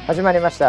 始まりました。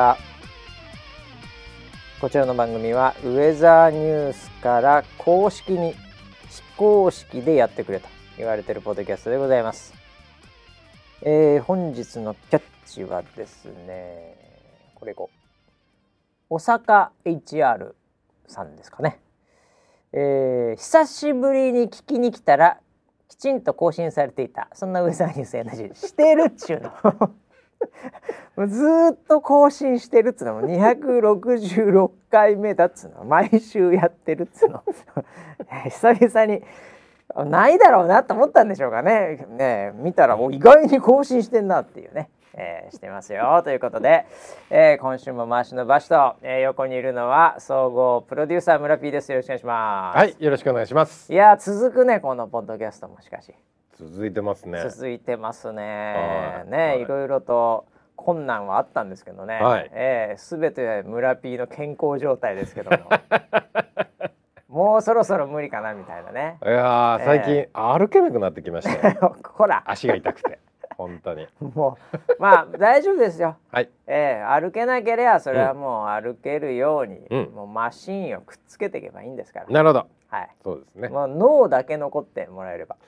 こちらの番組はウェザーニュースから公式に非公式でやってくれと言われているポッドキャストでございます。本日のキャッチはですね、これおさか HR さんですかね。久しぶりに聞きに来たらきちんと更新されていた、そんなウェザーニュース NG してるっちゅうのもうずっと更新してるっつうのも266回目だっつうの、毎週やってるっつうの久々にないだろうなと思ったんでしょうかね。見たら意外に更新してんなっていうね、してますよということで、今週も回しのバシと、横にいるのは総合プロデューサー村 P です。よろしくお願いします。 はい、よろしくお願いします。 いや続くね、このポッドキャストもしかし続いてますね。 続いてますね。いろいろと困難はあったんですけどね、 はい、 全て村 P の健康状態ですけどももうそろそろ無理かなみたいなね。 いや最近歩けなくなってきましたよほら足が痛くて本当にもうまあ大丈夫ですよ、 はい、 歩けなければそれはもう歩けるように、もうマシンをくっつけていけばいいんですから。 なるほど、 はい、 そうですね。 もう脳だけ残ってもらえれば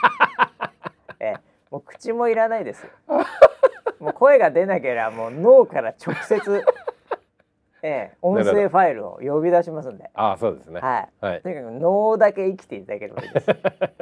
もう口もいらないですよもう声が出なければもう脳から直接音声ファイルを呼び出しますんで。 あ、そうですね。 はい、 はい、 とにかく脳だけ生きていただければいいです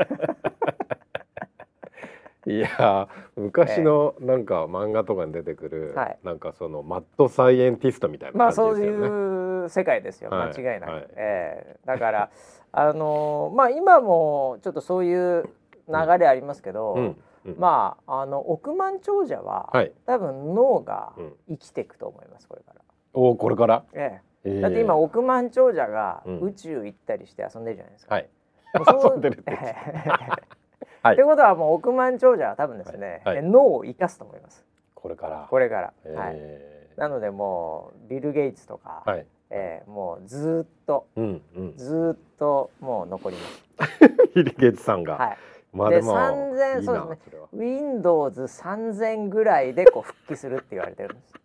いや昔のなんか漫画とかに出てくる、なんかそのマッドサイエンティストみたいな感じですよね。 まあそういう世界ですよ、間違いなく、 はい、 だからまあ今もちょっとそういう流れありますけど、まあ億万長者は、多分脳が生きていくと思います、これから。 これから、 だって今億万長者が宇宙行ったりして遊んでるじゃないですか。 遊んでるってということはもう億万長者は多分ですね、脳を生かすと思います、これから。なのでもうビル・ゲイツとか、もうずっともう残りますビル・ゲイツさんが。 まあでも3000、そうですね、Windows3000 ぐらいで復帰するって言われてるんです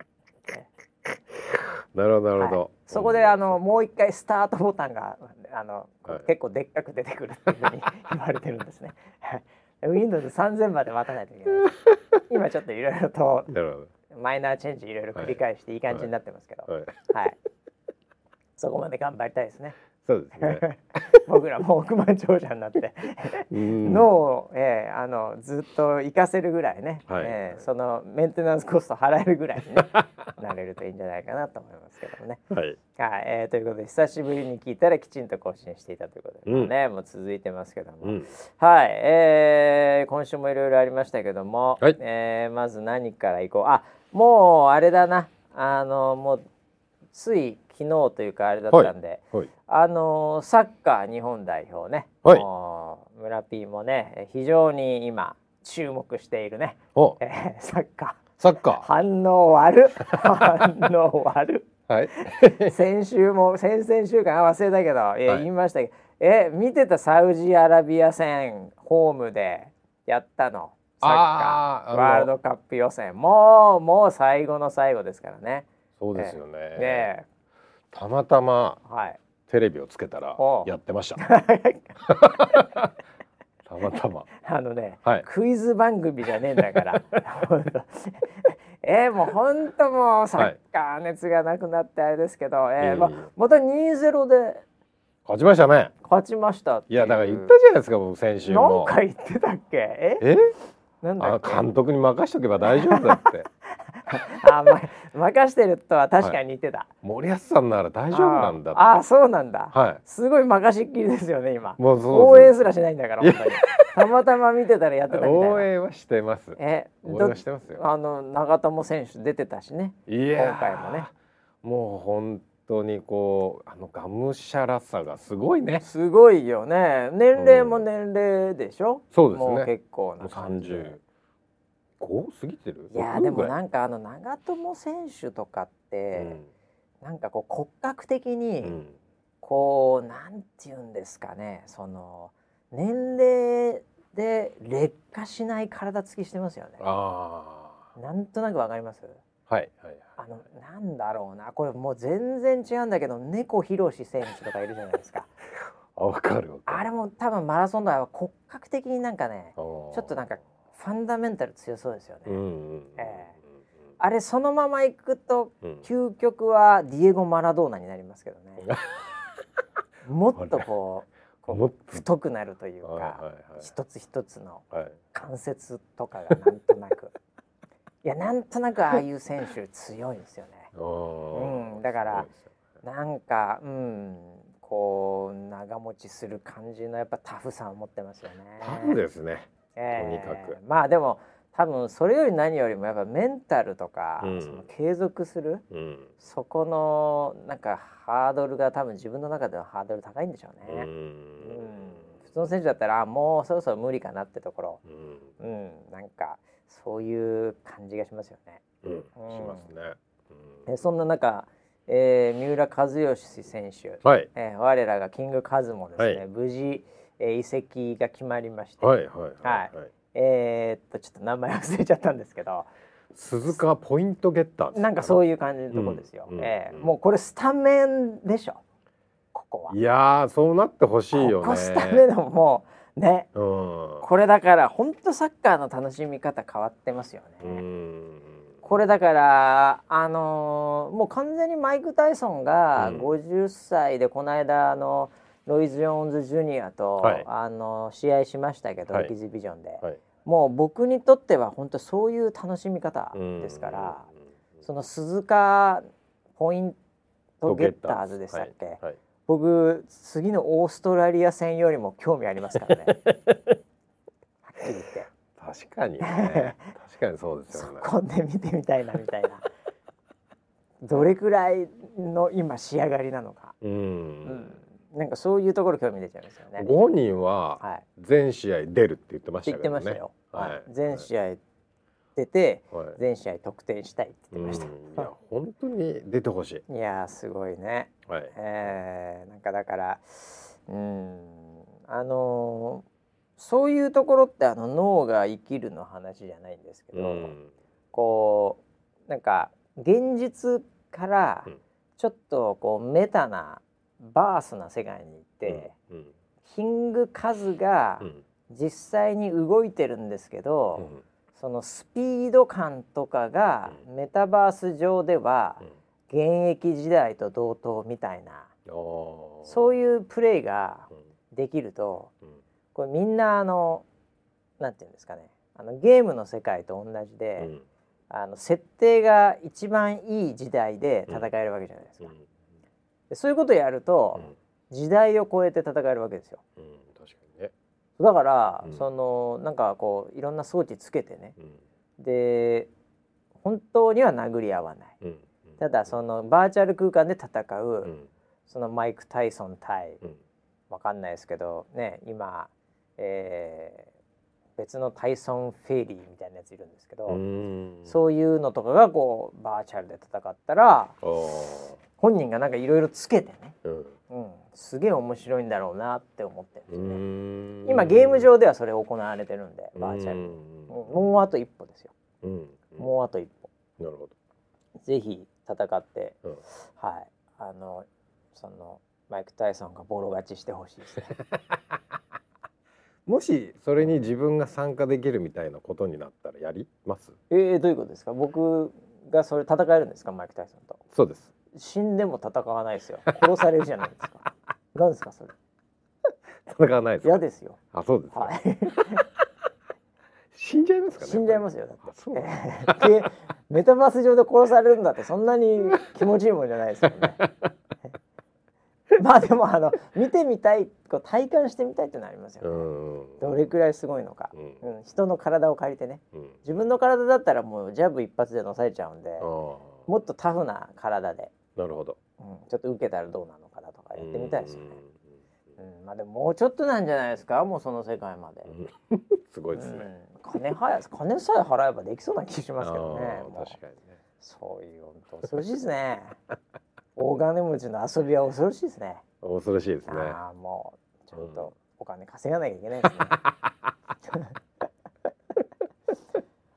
なるほどなるほど。 そこでもう一回スタートボタンが結構でっかく出てくるっていうふうに言われてるんですねWindows3000 まで待たないといけない今ちょっといろいろとマイナーチェンジいろいろ繰り返していい感じになってますけど、そこまで頑張りたいですね。 そうですね僕らもう億万長者になって脳を、ずっと活かせるぐらいね、そのメンテナンスコスト払えるぐらいに、ね、なれるといいんじゃないかなと思いますけどもね。ということで久しぶりに聞いたらきちんと更新していたということで、もう続いてますけども、今週もいろいろありましたけども、まず何からいこう。もうあれだな、もうつい昨日というかあれだったんで、サッカー日本代表ね、村 P もね非常に今注目しているね、サッカー反応悪先週も先々週間忘れたけど、言いましたけど、見てたサウジアラビア戦ホームでやったのサッカーワールドカップ予選、もう最後の最後ですからね。 そうですよね。たまたまテレビをつけたらやってましたたまたまクイズ番組じゃねえんだからもう本当もうサッカー熱がなくなってあれですけど、また 2-0 で勝ちましたね。 勝ちましたっていう。 いやだから言ったじゃないですか、僕先週も。 何回言ってたっけ。なんだっけ。 監督に任しとけば大丈夫だって任してるとは確かに言ってた、 森保さんなら大丈夫なんだって。 そうなんだ、すごい任しっきりですよね今。 もう応援すらしないんだから本当にたまたま見てたらやってたみたいな。 応援はしてます。応援はしてますよ。 長友選手出てたしね、今回もね。 もう本当にがむしゃらさがすごいね。 すごいよね。年齢も年齢でしょ。 そうですね。 もう結構な感じ。 35過ぎてる。 いやでもなんか長友選手とかって、なんか骨格的に、なんていうんですかね、その年齢で劣化しない体つきしてますよね。なんとなくわかります。 はいなんだろうな、これもう全然違うんだけど、猫ひろし選手とかいるじゃないですか。 わかる。 あれも多分マラソンでは骨格的になんかね、ちょっとなんかファンダメンタル強そうですよね。あれそのままいくと、究極はディエゴ・マラドーナになりますけどね。もっとこう太くなるというか、一つ一つの関節とかがなんとなくいや、なんとなくああいう選手強いんですよね。だからなんかこう長持ちする感じのやっぱタフさを持ってますよね。 タフですね。とにかく。 まあでも多分それより何よりもやっぱメンタルとか、その継続する、そこのなんかハードルが多分自分の中ではハードル高いんでしょうね。普通の選手だったらもうそろそろ無理かなってところ、なんかそういう感じがしますよね。 しますね。 そんな中、三浦知良選手、我らがキングカズもですね、無事、移籍が決まりまして、ちょっと名前忘れちゃったんですけど、 鈴鹿ポイントゲッターなんかそういう感じのとこですよ。もうこれスタメンでしょ、ここは。 いやそうなってほしいよね。 ここスタメンでももうね、これだから本当サッカーの楽しみ方変わってますよね。これだからもう完全にマイク・タイソンが50歳でこの間ロイズ・ジョーンズ・ジュニアと、試合しましたけど、エキシビジョンで、もう僕にとっては本当そういう楽しみ方ですから、その鈴鹿ポイントゲッターズでしたっけ、僕次のオーストラリア戦よりも興味ありますからね。はっきり言って。 確かにね。確かにそうですよね。 そこで見てみたいなみたいな。どれくらいの今仕上がりなのか。なんかそういうところ興味出ちゃいますよね。 ご本人は全試合出るって言ってましたけどね。 言ってましたよ。全試合出て、全試合得点したいって言ってました。いや本当に出てほしい。 いやすごいね。なんかだからそういうところって脳が生きるの話じゃないんですけど、こうなんか現実からちょっとこうメタなバースな世界に行って、キングカズが実際に動いてるんですけど、そのスピード感とかがメタバース上では現役時代と同等みたいな、そういうプレーができると、これみんななんていうんですかね、ゲームの世界と同じで、設定が一番いい時代で戦えるわけじゃないですか。でそういうことをやると、時代を超えて戦えるわけですよ。 確かにね。 だから、そのなんかこういろんな装置つけてね、で本当には殴り合わない、ただそのバーチャル空間で戦う、そのマイク・タイソン対、わかんないですけどね、今別のタイソン・フェイリーみたいなやついるんですけど、そういうのとかがこうバーチャルで戦ったら、本人がなんかいろいろつけてね、すげえ面白いんだろうなって思ってるんですよね。今ゲーム上ではそれ行われてるんで、バーチャルもうあと一歩ですよ。もうあと一歩。 なるほど。ぜひ戦って、そのマイク・タイソンがボロ勝ちしてほしいですね。 もしそれに自分が参加できるみたいなことになったらやります？ どういうことですか？僕がそれ戦えるんですか？マイク・タイソンと。 そうです。 死んでも戦わないですよ。殺されるじゃないですか。何ですかそれ？ 戦わないですか？ 嫌ですよ。 あ、そうですか。死んじゃいますかね。 死んじゃいますよ。だって。メタバース上で殺されるんだってそんなに気持ちいいもんじゃないですよね。まあでも見てみたい、こう体感してみたいってのありますよね。どれくらいすごいのか、人の体を借りてね、自分の体だったらもうジャブ一発で抑えちゃうんで、もっとタフな体で、 なるほど、 ちょっと受けたらどうなのかなとかやってみたいですよね。まあでももうちょっとなんじゃないですか、もうその世界まで。 すごいですね。 金さえ払えばできそうな気しますけどね。 確かにね。 そういう本当恐ろしいですね。大金持ちの遊びは恐ろしいですね。 恐ろしいですね。 もうちょっとお金稼がなきゃいけないですね。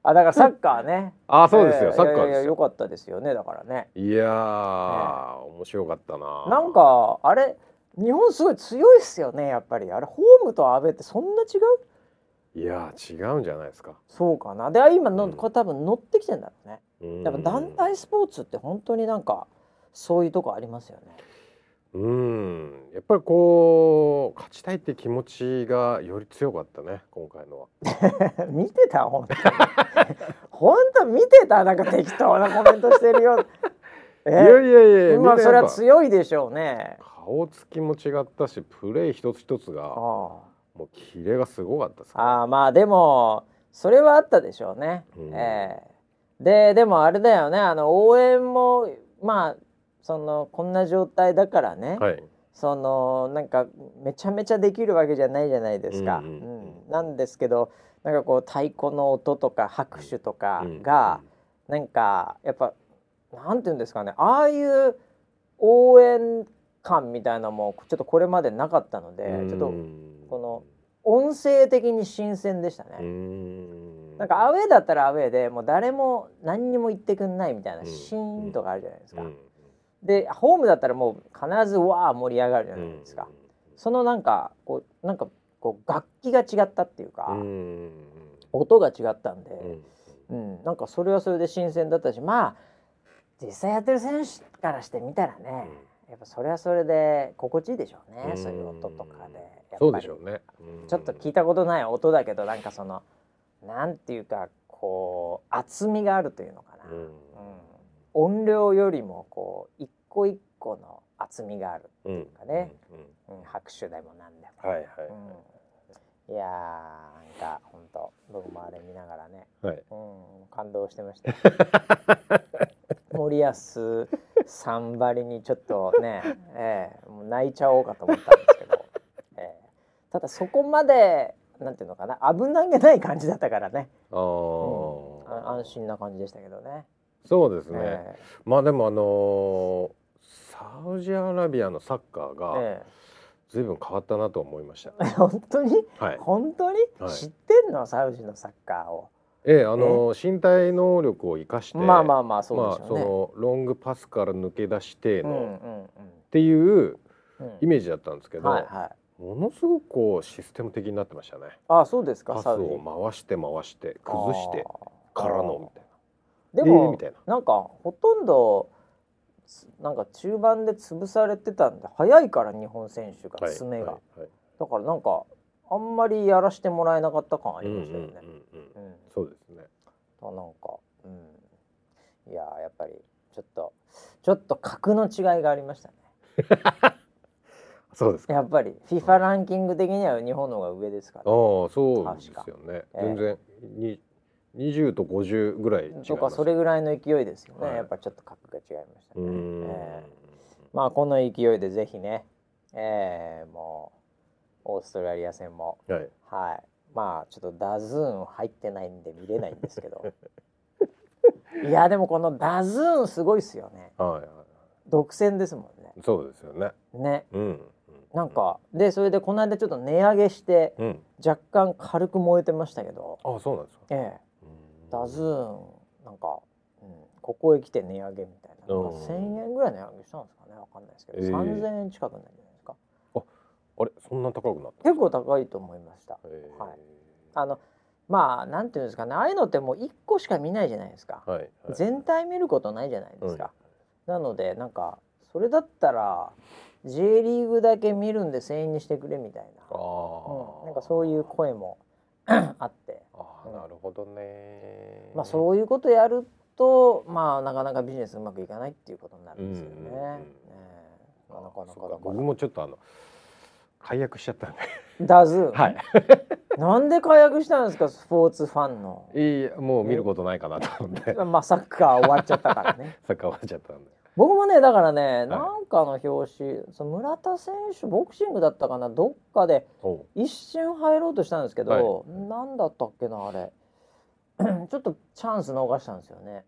だからサッカーね。 そうですよ、サッカーですよ。 良かったですよね、だからね。 いやー、面白かったな。 なんかあれ日本すごい強いですよね、やっぱり。あれホームとアウェーってそんな違う？いや違うんじゃないですか。 そうかな。で今の、これ多分乗ってきてんだろうね。やっぱ団体スポーツって本当になんかそういうとこありますよね。 やっぱりこう勝ちたいって気持ちがより強かったね、今回のは。 見てた本当に本当見てた、なんか適当なコメントしてるよ。 いやまあそれは強いでしょうね。 顔つきも違ったし、プレー一つ一つがもうキレがすごかったですから。 まあでもそれはあったでしょうね。でもあれだよね、応援もまあこんな状態だからね、 はい、 なんかめちゃめちゃできるわけじゃないじゃないですか。なんですけど、なんかこう太鼓の音とか拍手とかがなんかやっぱなんていうんですかね、ああいう応援感みたいなのもちょっとこれまでなかったので、ちょっとこの音声的に新鮮でしたね。なんかアウェーだったらアウェーでもう誰も何にも言ってくんないみたいなシーンとかあるじゃないですか。でホームだったらもう必ずわー盛り上がるじゃないですか。そのなんかこう楽器が違ったっていうか、音が違ったんで、なんかそれはそれで新鮮だったし、まあ実際やってる選手からしてみたらね、やっぱそれはそれで心地いいでしょうね、そういう音とかで。やっぱりそうでしょうね。 ちょっと聞いたことない音だけど、なんかなんていうかこう厚みがあるというのかな、音量よりもこう一個一個の厚みがあるっていうかね、拍手でもなんでも、いやーなんか本当僕もあれ見ながらね、感動してました森保さんばりにちょっとね、もう泣いちゃおうかと思ったんですけど、ただそこまでなんていうのかな、危なげない感じだったからね、安心な感じでしたけどね。 そうですね、まあでもサウジアラビアのサッカーが随分変わったなと思いました。 本当に、本当に、知ってんのサウジのサッカーを。 身体能力を生かして、 まあそうでしょうね。 そのロングパスから抜け出してのっていうイメージだったんですけど、ものすごくこうシステム的になってましたね。 そうですか。 パスを回して崩してからのみたいな。 でもなんかほとんどなんか中盤で潰されてたんで、早いから日本選手が詰めが、だからなんかあんまりやらしてもらえなかった感ありましたよね。 そうですね。 なんか、いややっぱりちょっと格の違いがありましたね。 そうですか。 やっぱり FIFA ランキング的には日本の方が上ですから、 そうですよね。全然20と50ぐらい違います。 とかそれぐらいの勢いですよね。やっぱちょっと格が違いましたね。まあこの勢いでぜひね、もうオーストラリア戦も、まあちょっとダズーン入ってないんで見れないんですけどいやでもこのダズーンすごいっすよね。独占ですもんね。 そうですよね。 なんかでそれでこの間ちょっと値上げして、若干軽く燃えてましたけど。 そうなんですか。 ダズーンなんか、ここへ来て値上げみたいな、1000円ぐらい値上げしたんですかね、わかんないですけど、3000円近くなんじゃないですか。 あれそんな高くなった？ 結構高いと思いました。まあなんていうんですかね、ああいうのってもう1個しか見ないじゃないですか。全体見ることないじゃないですか。なのでなんかそれだったら J リーグだけ見るんで1000円にしてくれみたいな、なんかそういう声もあって。 なるほどね。 まあそういうことやるとまあなかなかビジネスうまくいかないっていうことになるんですよね。 僕もちょっと解約しちゃったんで。 ダズーン。なんで解約したんですか、スポーツファンの。 いやもう見ることないかなと思って。 まあサッカー終わっちゃったからね。 サッカー終わっちゃったんで。 僕もねだからね、なんかの表紙、村田選手ボクシングだったかな、どっかで一瞬入ろうとしたんですけど、なんだったっけなあれちょっとチャンス逃したんですよね。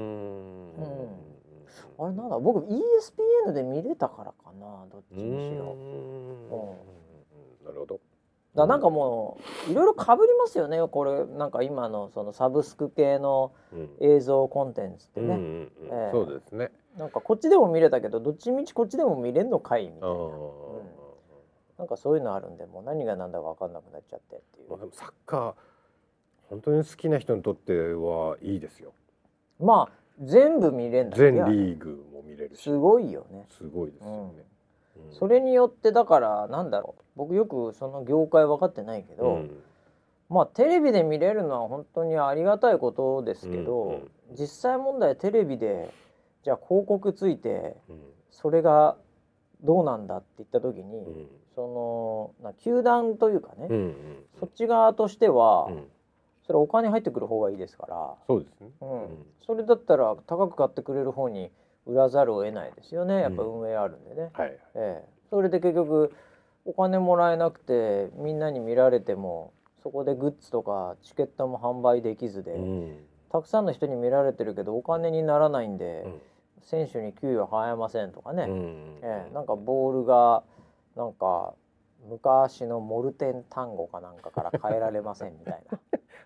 あれなんだ、僕 ESPN で見れたからかな、どっちにしろ。 なるほど。 なんかもういろいろ被りますよねこれなんか今のそのサブスク系の映像コンテンツってね、 そうですね。 なんかこっちでも見れたけどどっちみちこっちでも見れんのかいみたいな、なんかそういうのあるんでもう何が何だか分かんなくなっちゃってっていう。 でもサッカー本当に好きな人にとってはいいですよ。 まあ全部見れんだ全リーグも見れるしすごいよね。 すごいですよね、 それによってだからなんだろう僕よくその業界分かってないけど、まあテレビで見れるのは本当にありがたいことですけど、実際問題テレビでじゃあ広告ついて、それがどうなんだって言った時に、その球団というかね、そっち側としては、それお金入ってくる方がいいですから、 そうですね、 それだったら高く買ってくれる方に売らざるを得ないですよね。やっぱ運営あるんでね、それで結局お金もらえなくてみんなに見られてもそこでグッズとかチケットも販売できずで、たくさんの人に見られてるけどお金にならないんで、選手に給与払えませんとかね、なんかボールがなんか昔のモルテン単語かなんかから変えられませんみたいな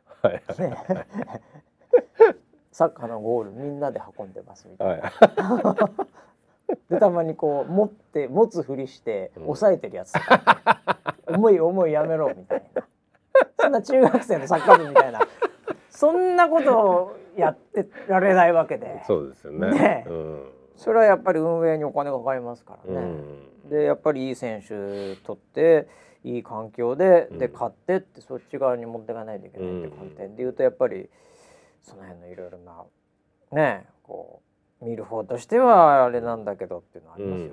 サッカーのゴールみんなで運んでますみたいな、でたまにこう持つふりして抑えてるやつとか、重いやめろみたいな、そんな中学生のサッカー部みたいなそんなことをやってられないわけで。 そうですよね。 それはやっぱり運営にお金がかかりますからね。でやっぱりいい選手取っていい環境で買ってってそっち側に持っていかないといけないって観点でいうとやっぱりその辺のいろいろなねこう見る方としてはあれなんだけどっていうのはありますよ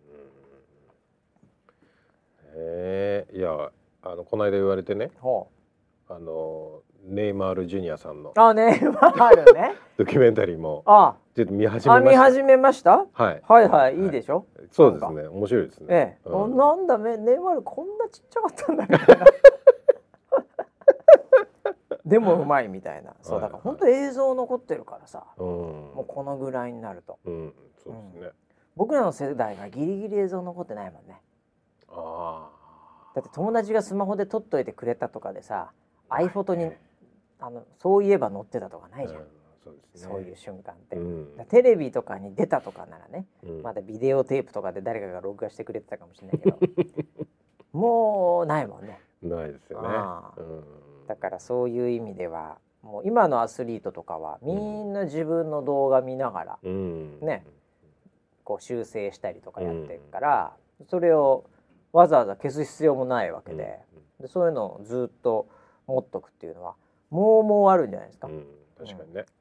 ね。 いやこの間言われてね、ネイマールジュニアさんのネイマールねドキュメンタリーもちょっと見始めました。はいいいでしょ。 そうですね、面白いですね。 なんだネイマールこんなちっちゃかったんだみたいなでもうまいみたいな。そうだから本当映像残ってるからさ、もうこのぐらいになると、 そうですね。 僕らの世代がギリギリ映像残ってないもんね。だって友達がスマホで撮っといてくれたとかでさ、iPhoto にそういえば載ってたとかないじゃん。そういう瞬間って、テレビとかに出たとかならね、まだビデオテープとかで誰かが録画してくれてたかもしれないけどもうないもんね。 ないですよね。 だからそういう意味ではもう今のアスリートとかはみんな自分の動画見ながら、ねこう修正したりとかやってるから、それをわざわざ消す必要もないわけで、そういうのをずっと持っとくっていうのはもうあるんじゃないですか。 確かにね。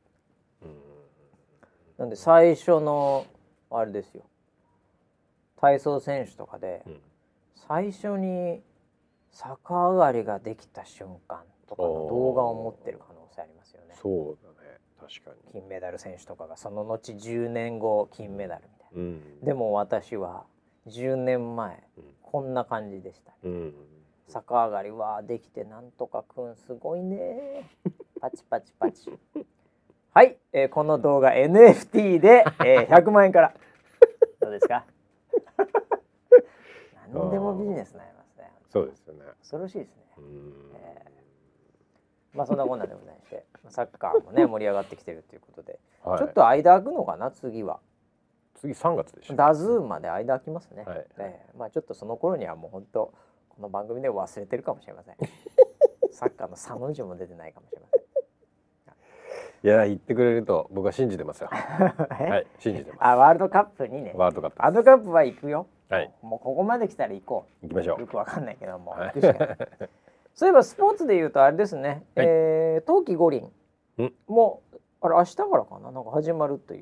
なんで最初のあれですよ、体操選手とかで、最初に逆上がりができた瞬間とかの動画を持ってる可能性ありますよね。 そうだね、確かに。 金メダル選手とかがその後10年後金メダルみたいな、でも私は10年前、こんな感じでした、逆上がりはできてなんとかくんすごいねパチパチパチはい、この動画 NFT で、100万円からどうですか何でもビジネスになりますね。 そうですよね。 恐ろしいですね。まあそんなこんなでございましてサッカーもね盛り上がってきてるということで、ちょっと間空くのかな。次 3月でしょ。 ダズーンまで間空きますね。まあちょっとその頃にはもう本当この番組で忘れてるかもしれませんサッカーのサの字も出てないかもしれません。 いや言ってくれると僕は信じてますよはい信じてます。 ワールドカップにね。 ワールドカップは行くよ。 はいもうここまで来たら行こう。 行きましょう。 よくわかんないけども行くしかないそういえばスポーツでいうとあれですね、冬季五輪もあれ明日からかな、なんか始まるという。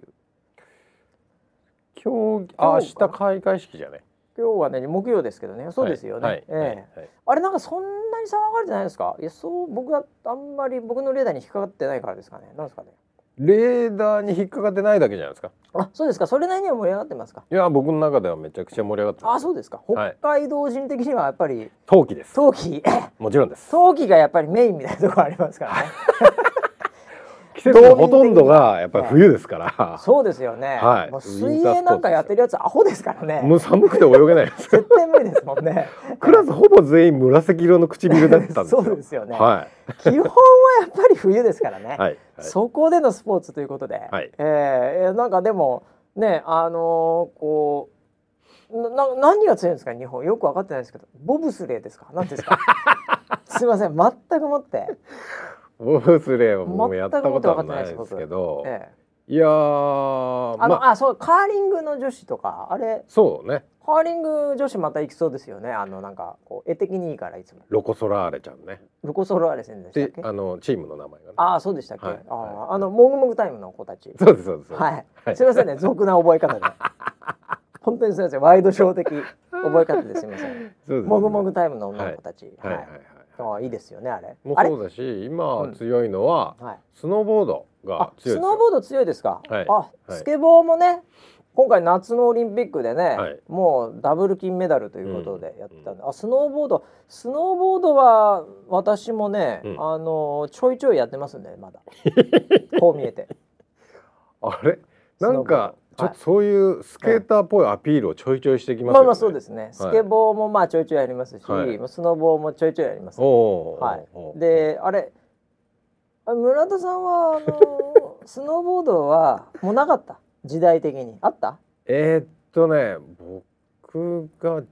明日開会式じゃね。 今日はね木曜ですけどね。そうですよね。あれなんかそんなに騒がれてないですか。いや僕はあんまり僕のレーダーに引っかかってないからですかね。なんですかね。 レーダーに引っかかってないだけじゃないですか。 そうですか。それなりには盛り上がってますか。 いや僕の中ではめちゃくちゃ盛り上がってます。 そうですか。北海道人的にはやっぱり冬季です。 冬季もちろんです。 冬季がやっぱりメインみたいなところありますからね季節のほとんどがやっぱり冬ですから、 そうですよね、はい、もう水泳なんかやってるやつアホですからね。 もう寒くて泳げないです絶対無理ですもんねクラスほぼ全員紫色の唇だったんですよそうですよね、 はい、 基本はやっぱり冬ですからね、はいはい、そこでのスポーツということで、はい、なんかでもねこう何が強いんですか日本、よく分かってないですけど、ボブスレーですか、何ですかすいません、全くもってボブスレーはもうやったことはないですけど、いやそうカーリングの女子とかあれ、 そうね、 カーリング女子また行きそうですよね。なんかこう絵的にいいからいつもロコ・ソラーレちゃんね、 ロコ・ソラーレ選手でしたっけ、 チームの名前がね、 ああそうでしたっけ、はい、もぐもぐタイムの子たち、 そうですそうです、 はい、はい、すいませんね俗な覚え方で本当にすみません、ワイドショー的覚え方ですみません。そうですね、もぐもぐタイムの女の子たち、はいはいはい、いいですよねあれ。 もうそうだし、今強いのは、スノーボードが強いですよ。 スノーボード強いですか。スケボーもね、今回夏のオリンピックでね、もうダブル金メダルということでやったんで、スノーボードは私もね、ちょいちょいやってますんでまだこう見えて。 あれなんかちょっとそういうスケーターっぽいアピールをちょいちょいしてきますよね。 まあそうですね。スケボーもまあちょいちょいやりますし、スノボーもちょいちょいやります。はい。で、村田さんはスノーボードはもうなかった？時代的にあった？ 僕が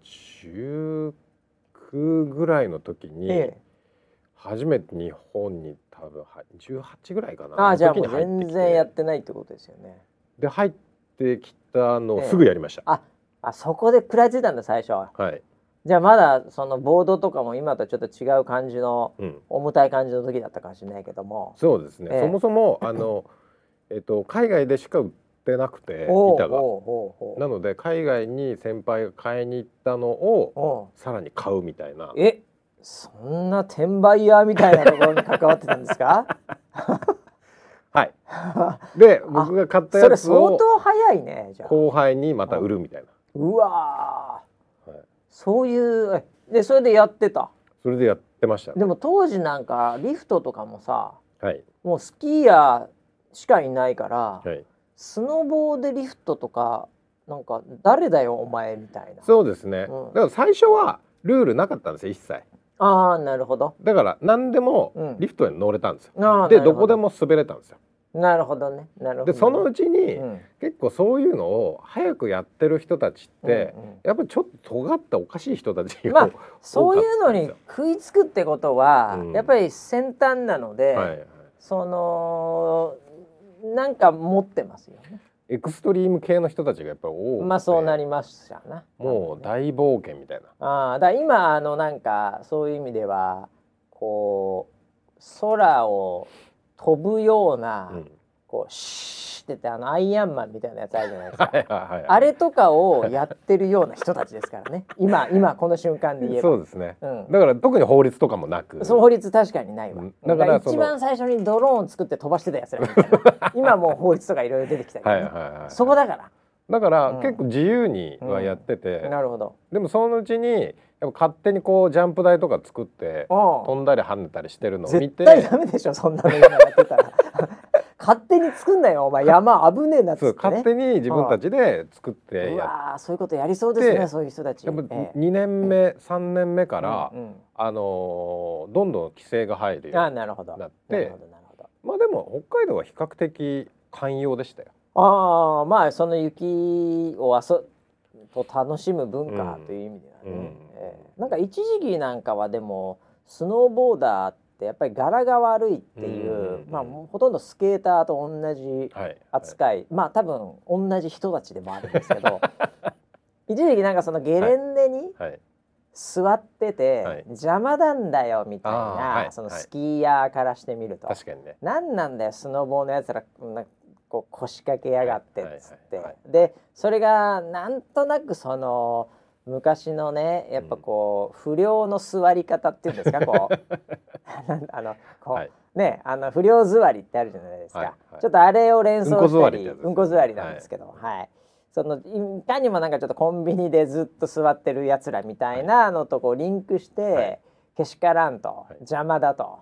19ぐらいの時に初めて日本に多分18ぐらいかな。 じゃあもう全然やってないってことですよね。 で入ってきたのをすぐやりました。 そこで食らいついたんだ最初は。はい。じゃあまだそのボードとかも今とちょっと違う感じの、重たい感じの時だったかもしれないけども。 そうですね。そもそも海外でしか売ってなくて板が。なので海外に先輩が買いに行ったのをさらに買うみたいな。 そんな転売屋みたいなところに関わってたんですか？ はい。で僕が買ったやつをそれ相当早いね。じゃあ後輩にまた売るみたいな。 うわー、そういうでそれでやってた。 それでやってましたね。 でも当時なんかリフトとかもさ、もうスキーヤーしかいないから、スノボーでリフトとかなんか誰だよお前みたいな。 そうですね。だから最初はルールなかったんですよ一切。 なるほど。 だから何でもリフトに乗れたんですよ。でどこでも滑れたんですよ。 なるほどね。なるほど。 でそのうちに、結構そういうのを早くやってる人たちって、やっぱりちょっと尖ったおかしい人たちがそういうのに食いつくってことは、やっぱり先端なので、そのなんか持ってますよね。 エクストリーム系の人たちがやっぱり多くて、 そうなりましたな。 もう大冒険みたいな。 だから今なんかそういう意味ではこう空を飛ぶような、こうシーってアイアンマンみたいなやつあるじゃないですか。あれとかをやってるような人たちですからね。今この瞬間で言えば。 そうですね。だから特に法律とかもなく。 そう法律確かにないわ。だから一番最初にドローン作って飛ばしてたやつらみたいな。今もう法律とかいろいろ出てきたり、そこだから。 だから結構自由にはやってて、 なるほど。 でもそのうちにやっぱ勝手にこうジャンプ台とか作って飛んだり跳ねたりしてるのを見て、 絶対ダメでしょそんなの今やってたら。勝手に作んなよお前山危ねえなっつってね。 勝手に自分たちで作ってそういうことやりそうですねそういう人たち。 やっぱ2年目3年目からどんどん規制が入るようになって、まあでも北海道は比較的寛容でしたよ。 その雪を楽しむ文化という意味ではね、なんか一時期なんかはでもスノーボーダーってやっぱり柄が悪いっていう、ほとんどスケーターと同じ扱い、多分同じ人たちでもあるんですけど一時期なんかそのゲレンデに座ってて邪魔なんだよみたいな、そのスキーヤーからしてみると、 確かにね、 何なんだよスノボーのやつらこう腰掛けやがってっつって、でそれがなんとなくその昔のねやっぱこう不良の座り方っていうんですかこうね不良座りってあるじゃないですか、ちょっとあれを連想したりうんこ座りなんですけど、そのいかにもなんかちょっとコンビニでずっと座ってるやつらみたいなのとこうリンクして、けしからんと、邪魔だと、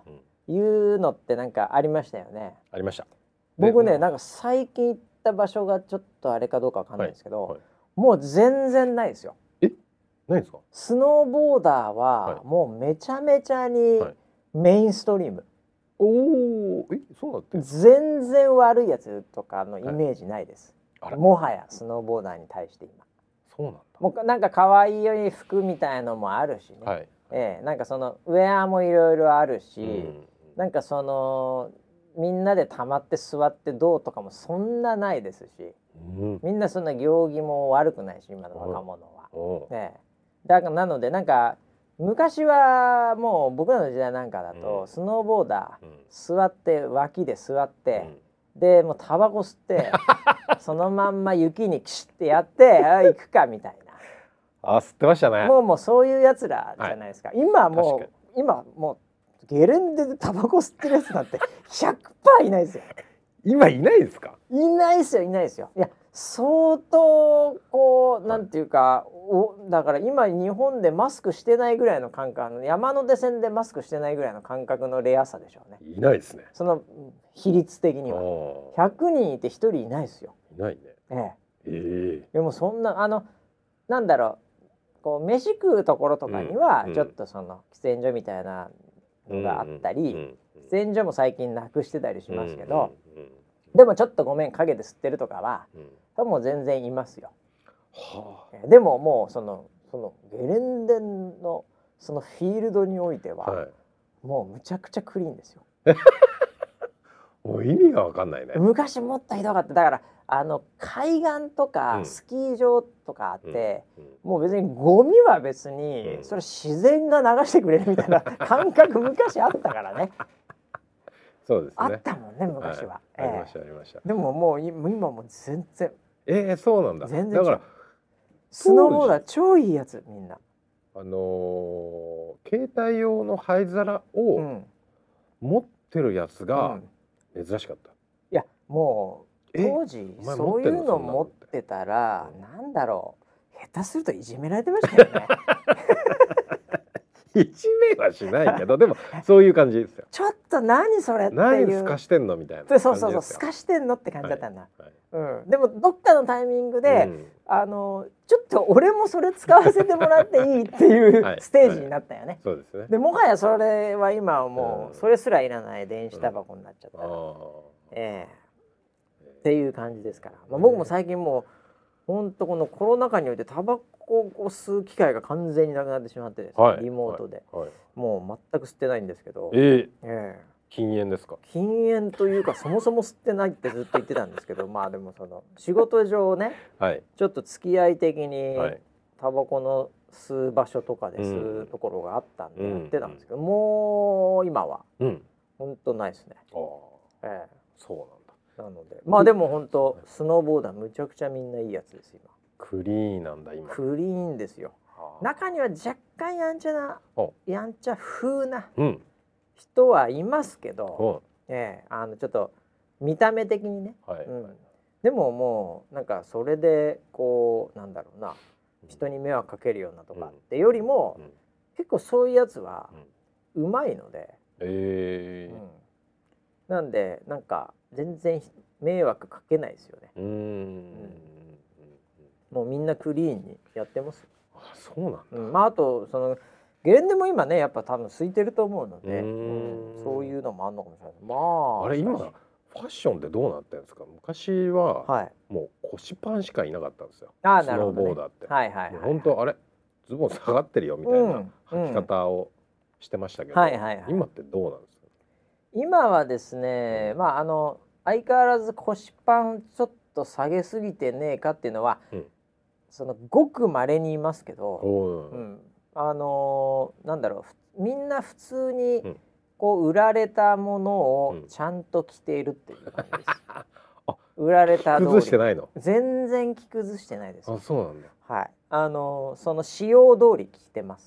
いうのってなんかありましたよね。 ありました。 僕ねなんか最近行った場所がちょっとあれかどうかわかんないんですけど、 はいはい、 もう全然ないですよ。 ないですか？ スノーボーダーはもうめちゃめちゃにメインストリーム、 おお、そうだって。 全然悪いやつとかのイメージないです、 はい、 もはやスノーボーダーに対して今。 そうなんだ。 もうなんか可愛い服みたいのもあるしね、 はい、 なんかそのウェアもいろいろあるし、 うん、 なんかそのみんなで溜まって座ってどうとかもそんなないですし、 うん、 みんなそんな行儀も悪くないし今の若者は、 ね、 だからなのでなんか昔はもう僕らの時代なんかだと、スノーボーダー、座って脇で座って、でもうタバコ吸ってそのまんま雪にキシッてやって行くかみたいな。 吸ってましたね。 もうそういうやつらじゃないですか、今もうゲレンデでタバコ吸ってるやつなんて 100% いないですよ。 今いないですか？ いないですよいないですよ。いや相当こうなんていうか、だから今日本でマスクしてないぐらいの感覚、山手線でマスクしてないぐらいの感覚のレアさでしょうね。 いないですね。 その比率的には100人いて1人いないですよ。 いないね。 でもそんななんだろう、こう飯食うところとかにはちょっとその喫煙所みたいなのがあったり、喫煙所も最近なくしてたりしますけど、でもちょっとごめん陰で吸ってるとかは、もう全然いますよ。でももうそのゲレンデのそのフィールドにおいては、もうむちゃくちゃクリーンですよ。 もう意味が分かんないね。 昔もっとひどかった。だから海岸とかスキー場とかあって、もう別にゴミは別に、それ自然が流してくれるみたいな感覚昔あったからね。 そうですね。 あったもんね昔は。 ありましたありました。 でももう今も全然。 そうなんだ。 全然だからスノーボーダー超いいやつみんな。 携帯用の灰皿を持ってるやつが珍しかった。 いやもう当時そういうの持ってたら、なんだろう、下手するといじめられてましたよね。 いじめはしないけど、でもそういう感じですよ。 ちょっと何それっていう、 何すかしてんのみたいな。 そうすかしてんのって感じだったんだ。でもどっかのタイミングで、ちょっと俺もそれ使わせてもらっていいっていうステージになったよね。 そうですね。 でもはやそれは今はもうそれすらいらない電子タバコになっちゃったら、っていう感じですから、僕も最近もう本当このコロナ禍においてタバコを吸う機会が完全になくなってしまってですね、リモートで、もう全く吸ってないんですけど、 禁煙ですか？ 禁煙というかそもそも吸ってないってずっと言ってたんですけど、まあでもその仕事上ね、ちょっと付き合い的にタバコの吸う場所とかで吸うところがあったんでやってたんですけど、もう今は本当ないですね。 そうなんだ。 なのでまあでも本当スノーボーダーむちゃくちゃみんないいやつです今。 クリーンなんだ今。 クリーンですよ。中には若干やんちゃ風な人はいますけど、ちょっと見た目的にね、でももうなんかそれでこうなんだろうな、人に迷惑かけるようなとかってよりも、結構そういうやつはうまいので、なんでなんか全然迷惑かけないですよね。もうみんなクリーンにやってます。 そうなんだ。あとそのゲレンデも今ねやっぱ多分空いてると思うので、そういうのもあんのかもしれない。 あれ今ファッションってどうなってるんですか？昔はもう腰パンしかいなかったんですよ、スノーボーダーって。本当あれズボン下がってるよみたいな履き方をしてましたけど、今ってどうなんですか？ 今はですね、相変わらず腰パンちょっと下げすぎてねえかっていうのは、そのごく稀にいますけど、なんだろう、みんな普通にこう売られたものをちゃんと着ているっていう感じです。売られた通り崩してないの？ 全然着崩してないです。 そうなんだ。 その仕様通り着てます。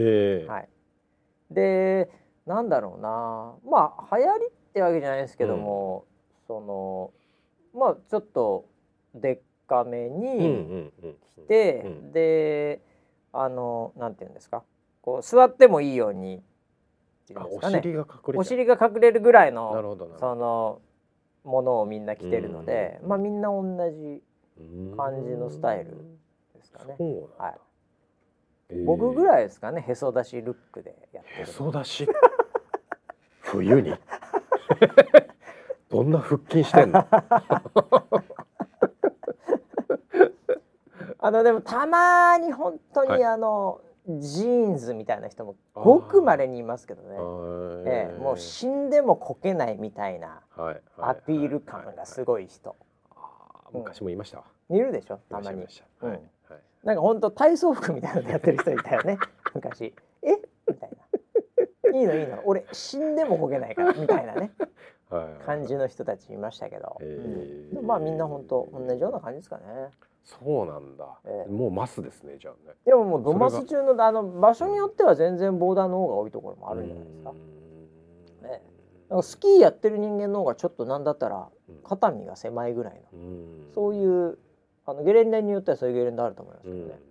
でなんだろうな、流行りってわけじゃないですけども、そのちょっとでっかめに着て、でなんていうんですか、こう座ってもいいようにていうんですかね、 お尻が隠れるぐらいのそのものをみんな着てるので、まあみんな同じ感じのスタイルですかね。はい。僕ぐらいですかね、へそ出しルックでやってる。 へそ出し冬にどんな腹筋してんのでもたまに本当にジーンズみたいな人もごく稀にいますけどね、もう死んでもこけないみたいなアピール感がすごい人、 昔もいましたわ。 いるでしょ、たまに。なんか本当体操服みたいなのやってる人いたよね昔。みたいな、いいの俺死んでもこけないからみたいなね感じの人たちいましたけど、まあみんな本当同じような感じですかね。 そうなんだ、もうマスですね、じゃあね。 でももうドマス中の場所によっては全然ボーダーの方が多いところもあるんじゃないですか。なんかスキーやってる人間の方がちょっとなんだったら肩身が狭いぐらいの、そういうゲレンデによってはそういうゲレンデあると思いますけどね。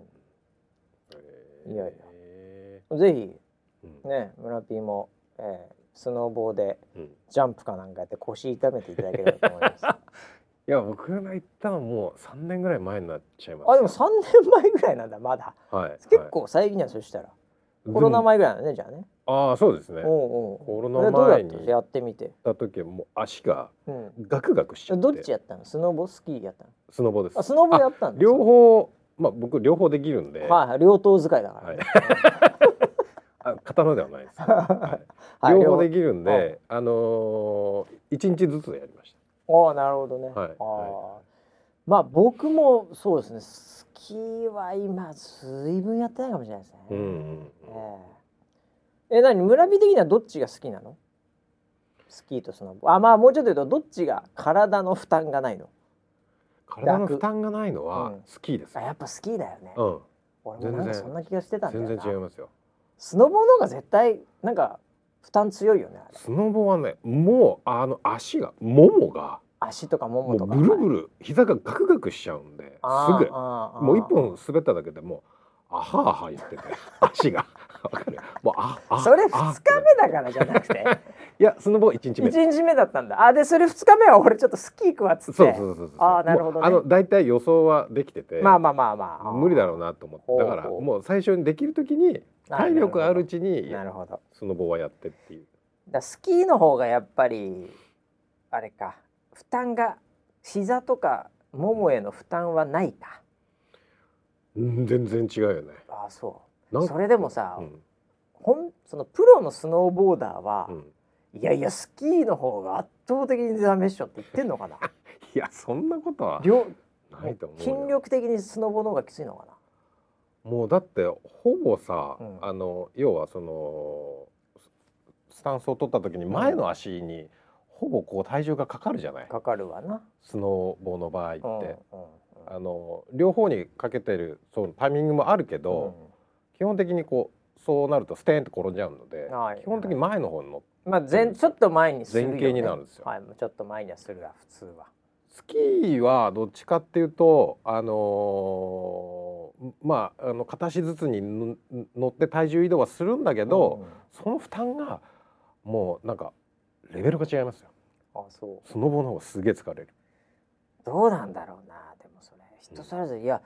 いやいや、ぜひね、村 P も、スノボーでジャンプかなんかやって腰痛めていただければと思います。 いや、僕が行ったのもう3年ぐらい前になっちゃいます。 でも3年前ぐらいなんだ、まだ。結構最近にはそしたらコロナ前ぐらいだね、じゃあね。 そうですね。コロナ前にやってみてた時はもう足がガクガクしちゃって。 どっちやったの？スノボ、スキーやったの？ スノボです。 スノボやったんです。 両方、僕両方できるんで。 両頭使いだから。 刀ではないです。両方できるんで、1日ずつやりました。 なるほどね。まあ僕もそうですね、スキーは今随分やってないかもしれないですね。何、村人的にはどっちが好きなの？スキーとスノボ。まあもうちょっと言うとどっちが体の負担がないの？ 体の負担がないのはスキーです。 やっぱスキーだよね。俺もなんかそんな気がしてたんだよな。 全然違いますよ。 スノボの方が絶対なんか負担強いよね。 スノボはね、もう足がももが足とかももとかブルブル、膝がガクガクしちゃうんで、すぐもう一本滑っただけでもうあはあは言ってて足がわかる。もうそれ2日目だからじゃなくていや、スノボ1日目。 1日目だったんだ。でそれ2日目は俺ちょっとスキー行くわっつって。そう。なるほどね。 だいたい予想はできてて、 まあ無理だろうなと思って、だからもう最初にできる時に体力あるうちにスノボはやってっていう。 スキーの方がやっぱりあれか、負担が膝とかももへの負担はないか。 全然違うよね。 そう。それでもさ、そのプロのスノーボーダーは、いやいやスキーの方が圧倒的にダメっしょって言ってんのかな。 いや、そんなことはないと思う。 筋力的にスノボの方がきついのかな。 もうだってほぼさ、要はそのスタンスを取った時に前の足にほぼこう体重がかかるじゃない。 かかるわな、 スノボの場合って。両方にかけてるそのタイミングもあるけど、基本的にこうそうなるとステーンと転んじゃうので、基本的に前の方のちょっと前にするよね。 前傾になるんですよ。 ちょっと前にはするわ普通は。 スキーはどっちかっていうと片足ずつに乗って体重移動はするんだけど、その負担がもうなんかレベルが違いますよ。 そう。 スノボの方がすげえ疲れる。 どうなんだろうな。でもそれ人それぞれ、いや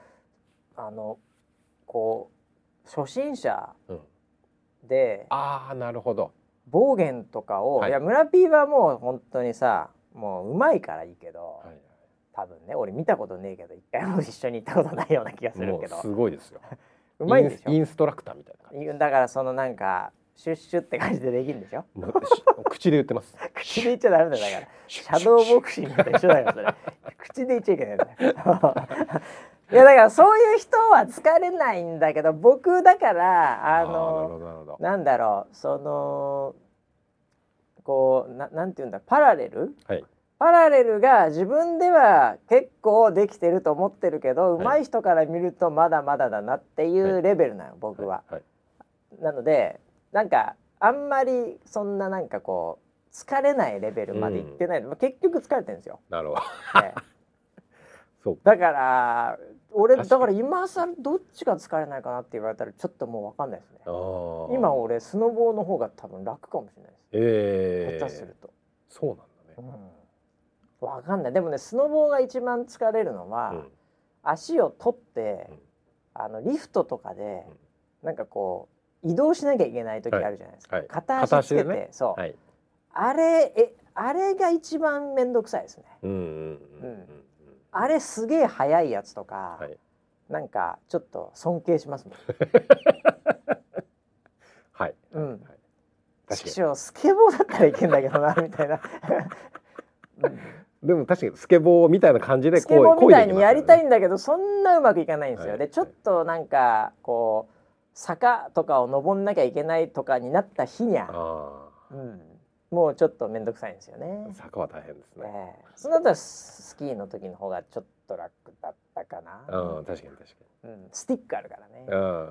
こう初心者で、 なるほど、 暴言とかを、いや村 P はもう本当にさ、もう上手いからいいけど、多分ね、俺見たことねえけど一回も一緒に行ったことないような気がするけど、 すごいですよ。 うまいんでしょ。 インストラクターみたいな感じ。 だからそのなんかシュッシュって感じでできるんでしょ。 口で言ってます。 口で言っちゃダメだよ。だからシャドーボクシングと一緒だからそれ。口で言っちゃいけないんだよ。いやだからそういう人は疲れないんだけど、僕だからなんだろう、そのこうなんていうんだ、パラレル、パラレルが自分では結構できてると思ってるけど、上手い人から見るとまだまだだなっていうレベルなの、僕は。なのでなんかあんまりそんななんかこう疲れないレベルまでいってないの、結局疲れてるんですよ。 なるほど。そうだから俺だから今更どっちが疲れないかなって言われたらちょっともう分かんないですね。今俺スノボーの方が多分楽かもしれないです。下手すると。 そうなんだね。 分かんない。でもねスノボーが一番疲れるのは、足を取って、リフトとかで、なんかこう移動しなきゃいけない時あるじゃないですか。片足つけて、そう、あれが一番めんどくさいですね。あれすげえ速いやつとか、なんかちょっと尊敬しますもん。 はい。 師匠スケボーだったらいけんだけどなみたいな。 でも確かにスケボーみたいな感じでスケボーみたいにやりたいんだけどそんなうまくいかないんですよ。でちょっとなんかこう坂とかを登んなきゃいけないとかになった日にゃ、もうちょっと面倒くさいんですよね。 坂は大変ですね。 その後はスキーの時の方がちょっと楽だったかな。 確かに。 スティックあるからね。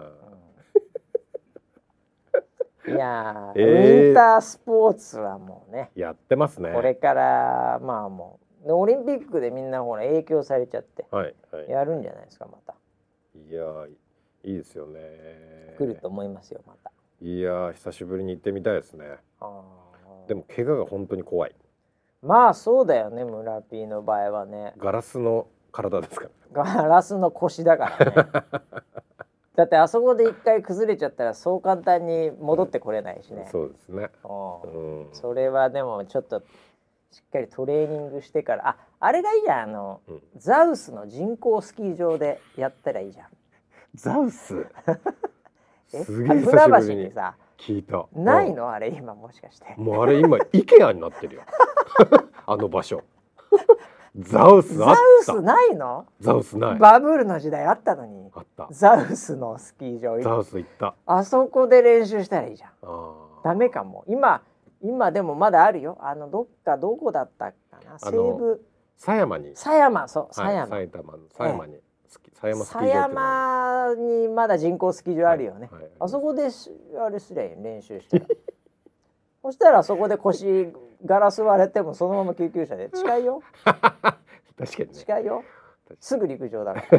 いやウィンタースポーツはもうねやってますね。 これからまあもうオリンピックでみんなほら影響されちゃってやるんじゃないですかまた。 いやいいですよね。 来ると思いますよまた。 いや久しぶりに行ってみたいですね。でも怪我が本当に怖い。 まあそうだよね村 P の場合はね。 ガラスの体ですから。 ガラスの腰だからね。だってあそこで一回崩れちゃったらそう簡単に戻ってこれないしね。 そうですね。 それはでもちょっとしっかりトレーニングしてからあれがいいじゃんザウスの人工スキー場でやったらいいじゃん。 ザウスすげえ船橋にさ聞いた。 ないのあれ今もしかして。 もうあれ今イケアになってるよ。あの場所。ザウスあった。 ザウスないの？ ザウスない。 バブルの時代あったのに。 あった。 ザウスのスキー場。 ザウス行った。 あそこで練習したらいいじゃん。ダメかも。今でもまだあるよ。どこだったかな。西武。 狭山に。 狭山そう狭山。 埼玉の狭山に。 狭山にまだ人工スキー場あるよね。あそこであれすりゃ練習したら。そしたらそこで腰ガラス割れてもそのまま救急車で近いよ。 確かに、ね、 近いよ。すぐ陸上だから。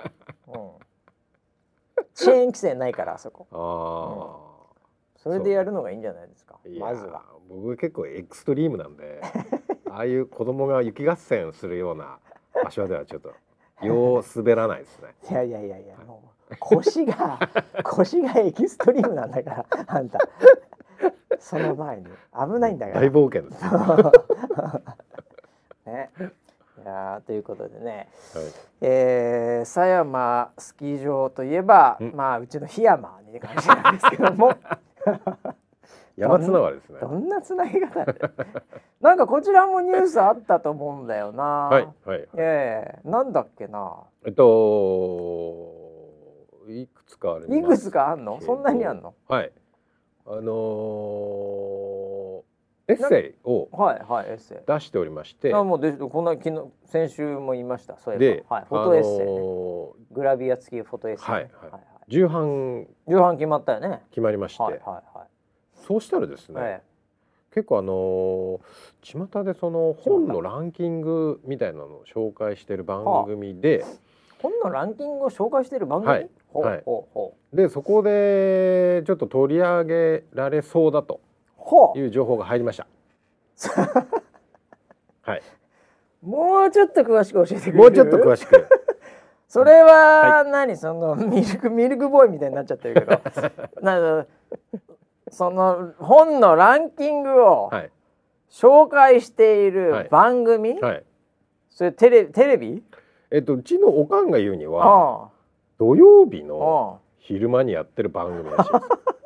チェーン規制ないからあそこ。それでやるのがいいんじゃないですか。まずは。 僕結構エクストリームなんで、ああいう子供が雪合戦するような場所ではちょっとよう滑らないですね。 いやもう腰がエキストリームなんだからあんた。その前に危ないんだから。 大冒険です。 ね。いやということでね、狭山スキー場といえばまあうちの檜山に関してなんですけども山つながりですね。 どんなつなぎ方でなんかこちらもニュースあったと思うんだよな。なんだっけな。 いくつかある。 いくつかあんの？そんなにあんの？ はい。エッセイを出しておりまして、 もうこんな先週も言いました。そういえば、フォトエッセイね、グラビア付きフォトエッセイ、 重版決まったよね。 決まりまして、そうしたらですね、結構巷でその本のランキングみたいなのを紹介している番組で、 本のランキングを紹介している番組、 でそこでちょっと取り上げられそうだという情報が入りました。はい。 もうちょっと詳しく教えてくれる？ もうちょっと詳しく。 それは何、そのミルクボーイみたいになっちゃってるけど、その本のランキングを紹介している番組？それテレビ？ うちのおかんが言うには土曜日の昼間にやってる番組らしいです。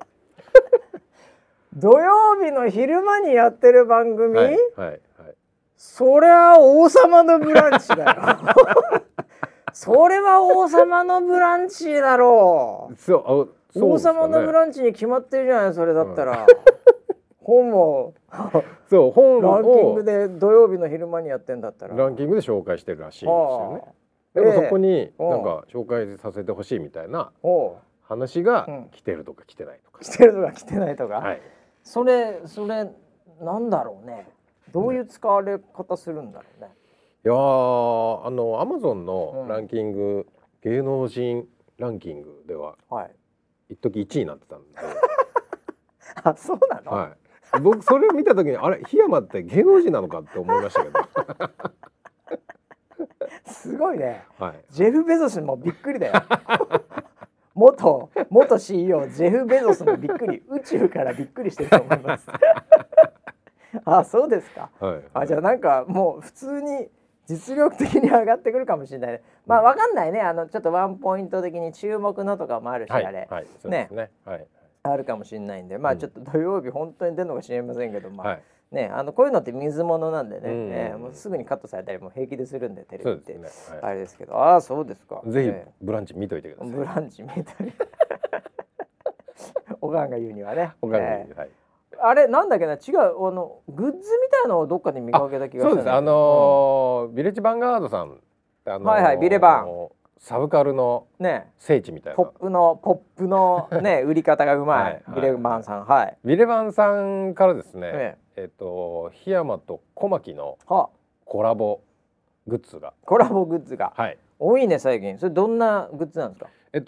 土曜日の昼間にやってる番組？それは王様のブランチだよ。それは王様のブランチだろう。そう王様のブランチに決まってるじゃない。それだったら本も本ランキングで土曜日の昼間にやってんだったらランキングで紹介してるらしいんですよね。でもそこになんか紹介させてほしいみたいな話が来てるとか来てないとか、 来てるとか来てないとか、それなんだろうね。どういう使われ方するんだろうね。 いやAmazon のランキング芸能人ランキングでは一時1位になってたんであ、そうなの？ はい、僕それを見た時にあれ檜山って芸能人なのかって思いましたけどすごいね、 はい、 ジェフ・ベゾスもびっくりだよ元 CEO ジェフ・ベゾスもびっくり、宇宙からびっくりしてると思いますあ、そうですか、 はい、 あ、じゃあなんかもう普通に実力的に上がってくるかもしれない、ね、まあわかんないね、ちょっとワンポイント的に注目のとかもあるし、 はい、 あれ、 はい、そうですね、はい、 あるかもしれないんで、まあちょっと土曜日本当に出るのかもしれませんけど、まあ、ね、こういうのって水物なんでね、もうすぐにカットされたりも平気でするんで、テレビって、ね、はい、あれですけど、ああそうですか、 ぜひブランチ見といてください。 ブランチ見といておがんが言うにはね、 おがんが言うには、はい、 あれなんだっけな、違う、グッズみたいのをどっかで見かけた気がする。 そうです、ビレッジヴァンガードさん、 はいはい、ビレバン、 サブカルの聖地みたいな、 ポップのね売り方がうまいビレバンさん、はい、 ビレバンさんからですね、檜山と小牧のコラボグッズが、 はい、多いね最近。それどんなグッズなんですか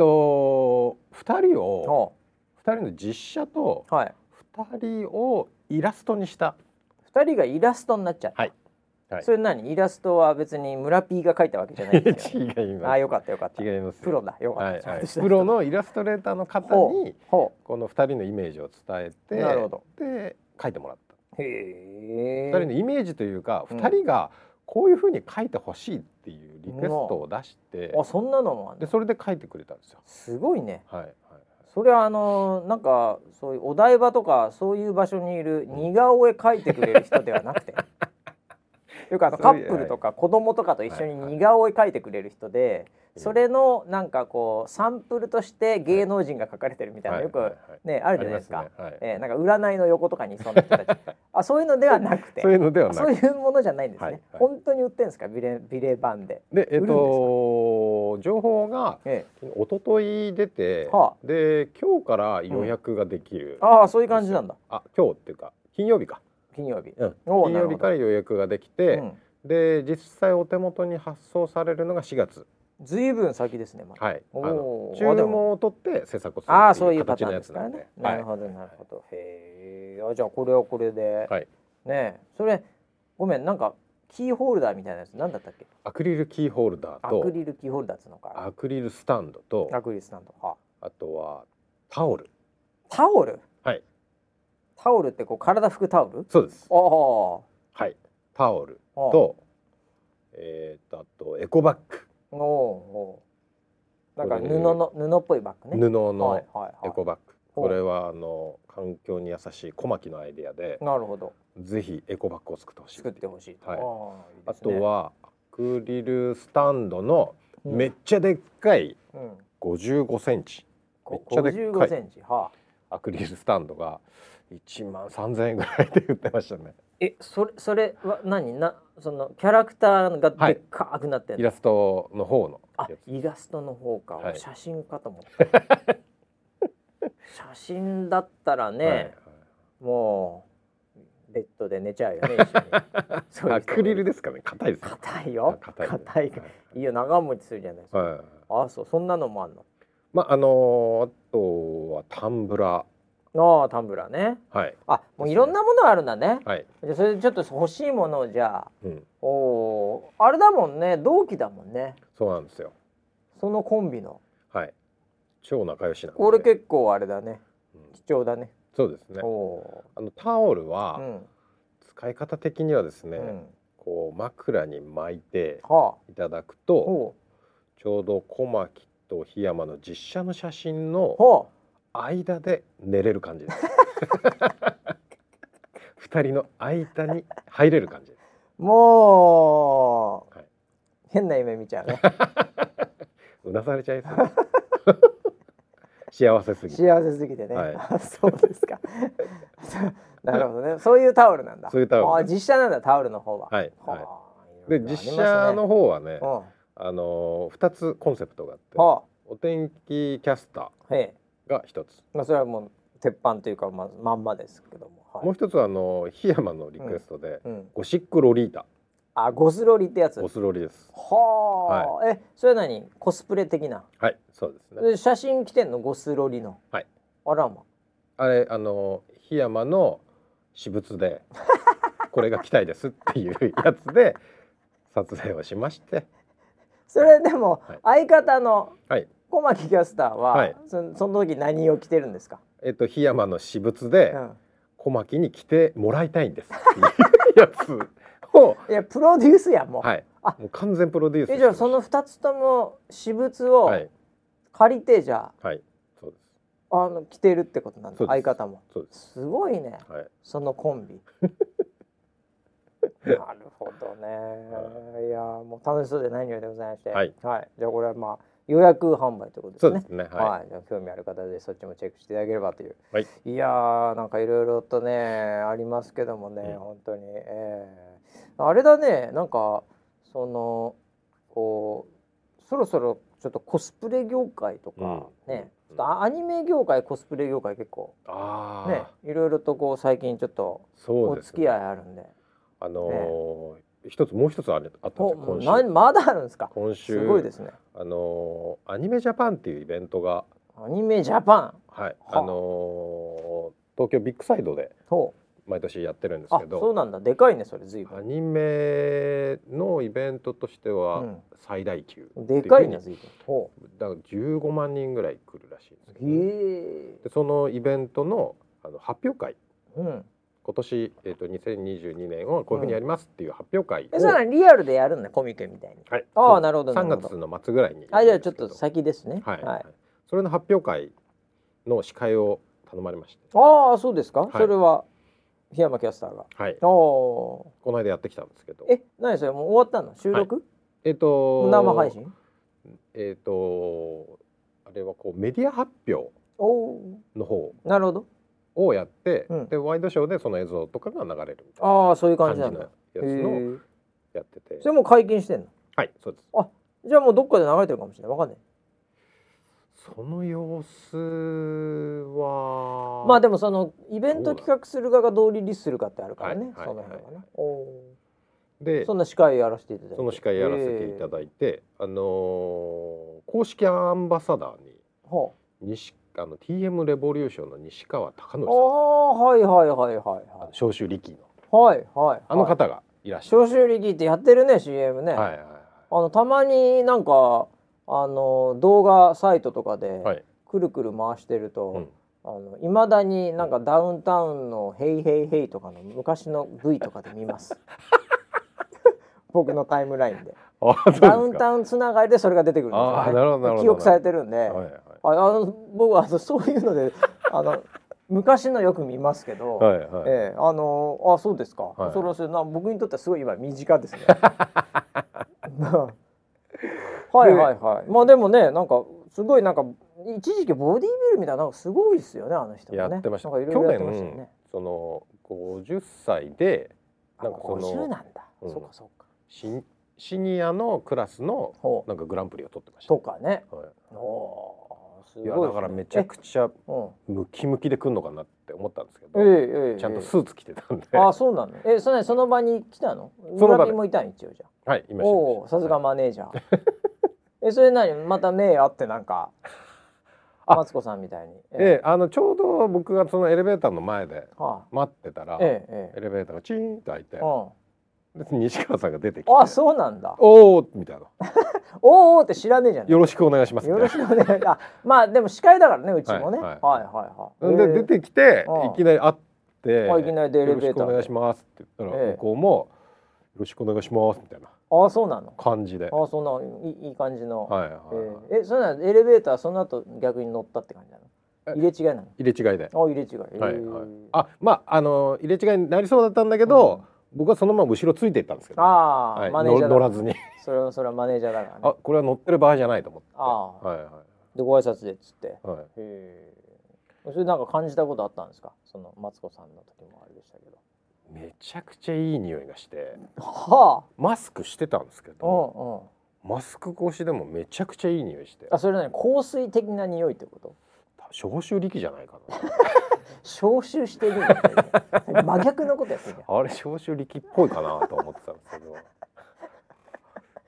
？2人の実写と、はい、2人をイラストにした、 2人がイラストになっちゃった、はいはい、それ何？イラストは別に村 P が描いたわけじゃないんですよ違います。 あ、よかったよかった。 違います。 プロだ、よかった、 はいはい、プロのイラストレーターの方にこの2人のイメージを伝えて、なるほど、で描いてもらった。へえ。2人のイメージというか、2人がこういう風に描いてほしいっていうリクエストを出して、 あ、そんなのもある。 でそれで描いてくれたんですよ。 すごいね。 はいはい。 それはなんかそういうお台場とかそういう場所にいる似顔絵描いてくれる人ではなくてよくカップルとか子供とかと一緒に似顔絵描いてくれる人で、それのなんかこうサンプルとして芸能人が描かれてるみたいな、よくねあるじゃないですか。なんか占いの横とかにそんな人たちあ、そういうのではなくて、そういうものじゃないんですね。本当に売ってるんですか、ビレバンで。 で情報が一昨日出て、で今日から予約ができる。 ああ、そういう感じなんだ。 あ、今日っていうか金曜日か。金曜日から予約ができて、で実際お手元に発送されるのが4月。 ずいぶん先ですね。 はい。注文を取って制作をするっていう形のやつなんで。 なるほどなるほど。へえ。じゃあこれはこれで。はい。ね、それごめん、なんかキーホルダーみたいなやつなんだったっけ？ アクリルキーホルダーと。 アクリルキーホルダーつのか。 アクリルスタンドと。 アクリルスタンド。は。 あとはタオル。 タオル？はい。タオルってこう体拭くタオル？ そうです。 ああ。 はい。タオルとあとエコバッグ。 なんか布っぽいバッグね。 布のエコバッグ。これは環境に優しい小牧のアイデアで。なるほど。ぜひエコバッグを作ってほしい。 作ってほしい。 はい。あとはアクリルスタンドのめっちゃでっかい55センチ。めっちゃでっかいアクリルスタンドが13,000円ぐらいで売ってましたね。 それはそのキャラクターがでっかくなってる、 イラストの方のやつ。イラストの方か、写真かと思った写真だったらね、もうベッドで寝ちゃうよね一緒に。 アクリルですかね、硬いです。 硬いよ、硬い。いいよ、長持ちするじゃないですか。あ、そんなのもあるの。 あとはタンブラー。 タンブラーね。 はい。 あ、もういろんなものあるんだね。 はい。 じゃそれでちょっと欲しいものをじゃあ、あれだもんね、同期だもんね。 そうなんですよ。 そのコンビの。 はい。超仲良しなんで。 これ結構あれだね。貴重だね。 そうですね。タオルは使い方的にはですね、こう枕に巻いていただくと、ちょうど小牧と檜山の実写の写真の間で寝れる感じです。二人の間に入れる感じです。もう、変な夢見ちゃうね。 うなされちゃいそう。幸せすぎてね。そうですか。なるほどね。そういうタオルなんだ。 そういうタオル。 実写なんだ、タオルの方は。 はい。で実写の方はね、2つコンセプトがあって、お天気キャスターが1つ。 それはもう鉄板というかまんまですけども。 もう一つは檜山のリクエストでゴシックロリータ。 あ、ゴスロリってやつ。 ゴスロリです。 はあ、はい、それは何、コスプレ的な。 はい、そうですね。 写真来てんの、ゴスロリの。 はい。 あらま。 あれ檜山の私物でこれが来たいですっていうやつで撮影をしまして。 それでも、はい、相方の小牧キャスターは、はい、その時何を着てるんですか。 檜山の私物で、小牧に着てもらいたいんですっていうやつを。 いや、プロデュースやもう。 はい。もう完全プロデュース。 じゃあその2つとも私物を借りて、じゃあ、 はい、そうです。 着てるってことなんだ、相方も。 そうです。 すごいね、はい、そのコンビ。なるほどね。いや、もう楽しそうで何よりでございまして、はい、はい、じゃあこれはまあ予約販売ということですね。 そうですね。 はい。じゃあ興味ある方でそっちもチェックしていただければという。 はい。 いやー、なんかいろいろとねありますけどもね、本当に、あれだね、なんかそのこうそろそろちょっとコスプレ業界とかね、ちょっとアニメ業界、コスプレ業界結構ね、いろいろとこう最近ちょっとお付き合いあるんで。 もう一つあったんですよ、今週。 まだあるんですか。 今週すごいですね。 アニメジャパンっていうイベントが。 アニメジャパン。 はい。東京ビッグサイドで毎年やってるんですけど。 そうなんだ。でかいね、それ随分。 アニメのイベントとしては最大級。 でかいね、随分。 だから15万人ぐらい来るらしいんですけど、ね。でそのイベントの発表会。今年、2022年をこういうふうにやりますっていう発表会を、 それはリアルでやるんだ、コミケみたいに。 はい。 ああ、なるほど。 3月の末ぐらいに。 じゃあちょっと先ですね。 はい。はい。それの発表会の司会を頼まれまして。 ああ、そうですか。はい、それは檜山キャスターが。 はい。この間やってきたんですけど。 何それ、もう終わったの？収録？ はい、 生配信？ あれはこうメディア発表の方。 なるほど。 をやって、でワイドショーでその映像とかが流れるみたいな。 そういう感じなんだ。 やつのやってて。 それも解禁してんの？ はい、そうです。 じゃあもうどっかで流れてるかもしれない。わかんない。 その様子はまあでもそのイベント企画する側がどうリリースするかってあるからね。その辺はね。で、そんな司会やらせていただいて。 その司会やらせていただいて、公式アンバサダーにTM レボリューションの西川貴教さん。 はいはいはいはい。 召集力の。 はいはい。 あの方がいらっしゃる。 召集力ってやってるね、 CM ね。はいはい。たまになんか動画サイトとかでくるくる回してると、いまだになんかダウンタウンの「ヘイヘイヘイ」とかの昔の V とかで見ます。僕のタイムラインで。ダウンタウンつながりでそれが出てくるんですよね。記憶されてるんで、僕はそういうので昔のよく見ますけど、そうですか。それは僕にとってはすごい今身近ですね。はいはいはい。まあでもね、なんかすごいなんか一時期ボディービルみたいな、なんかすごいですよね、あの人もね。 やってました。 なんかいろいろやってましたよね。 その50歳でなんか50なんだ。そうかそうか。 シニアのクラスのなんかグランプリを取ってました。 とかね。 いやだからめちゃくちゃムキムキで来るのかなって思ったんですけど、ちゃんとスーツ着てたんで。 そうなの。その場に来たの？裏もいたん一応じゃ。 はい、いました。 さすがマネージャー。それ何また目あってなんかマツコさんみたいに。 ちょうど僕がそのエレベーターの前で待ってたら、エレベーターがチーンと開いて、西川さんが出てきて、 そうなんだ。 おおみたいな。 おおって知らねえじゃん。 よろしくお願いします。 よろしくお願い。まあでも司会だからね、うちもね。はいはいはい。 で出てきていきなり会って、 いきなりでエレベーターよろしくお願いしますって言ったら向こうもよろしくお願いしますみたいな。 そうなの。 感じで。 そんないい感じの。そんなエレベーターその後逆に乗ったって感じなの？入れ違いなの？ 入れ違いで。 入れ違い。 まあ入れ違いになりそうだったんだけど、僕はそのまま後ろついていったんですけど、 マネージャー乗らずに。 それはマネージャーだからね。 これは乗ってる場合じゃないと思って。 でご挨拶でっつって。それなんか感じたことあったんですか？そのマツコさんの時もあれでしたけど。 めちゃくちゃいい匂いがして、マスクしてたんですけど、マスク越しでもめちゃくちゃいい匂いして。 それ何？香水的な匂いってこと？ 消臭力じゃないかな。 消臭してる真逆のことやってるじゃん。 あれ消臭力っぽいかなと思ってたんですけど。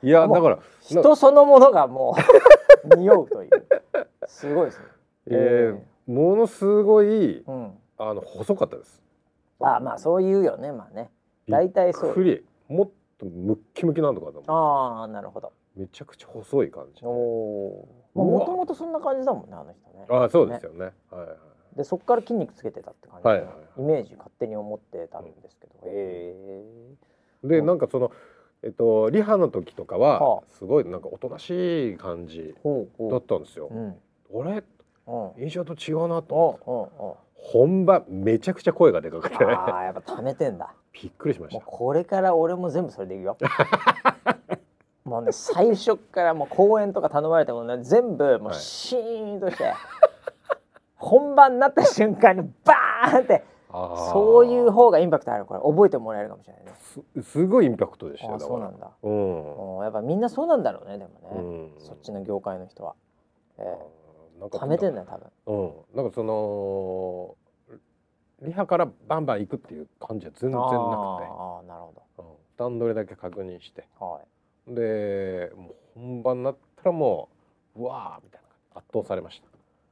いやだから人そのものがもう匂うというすごいですね。 ものすごい、細かったです。 まあそう言うよね。まあね大体そう。 もっとムッキムキなんとかと思う。 ああなるほど。 めちゃくちゃ細い感じ。 もともとそんな感じだもんねあの人ね。 あそうですよね。 でそこから筋肉つけてたって感じのイメージ勝手に思ってたんですけど。 でなんかそのリハの時とかはすごいなんかおとなしい感じだったんですよ。あれ印象と違うなと思って。本番めちゃくちゃ声がでかくて。 ああやっぱ溜めてんだ。 びっくりしました。 もうこれから俺も全部それでいくよ。もうね最初からもう公演とか頼まれてもね全部もうシーンとして、本番になった瞬間にバーンってそういう方がインパクトある。これ覚えてもらえるかもしれないね。すごいインパクトでしたよ。 そうなんだ。やっぱみんなそうなんだろうね。でもねそっちの業界の人は溜めてんだよ多分。 なんかそのリハからバンバン行くっていう感じは全然なくて。 なるほど。段取りだけ確認して。でもう本番になったらもううわーみたいな圧倒されました。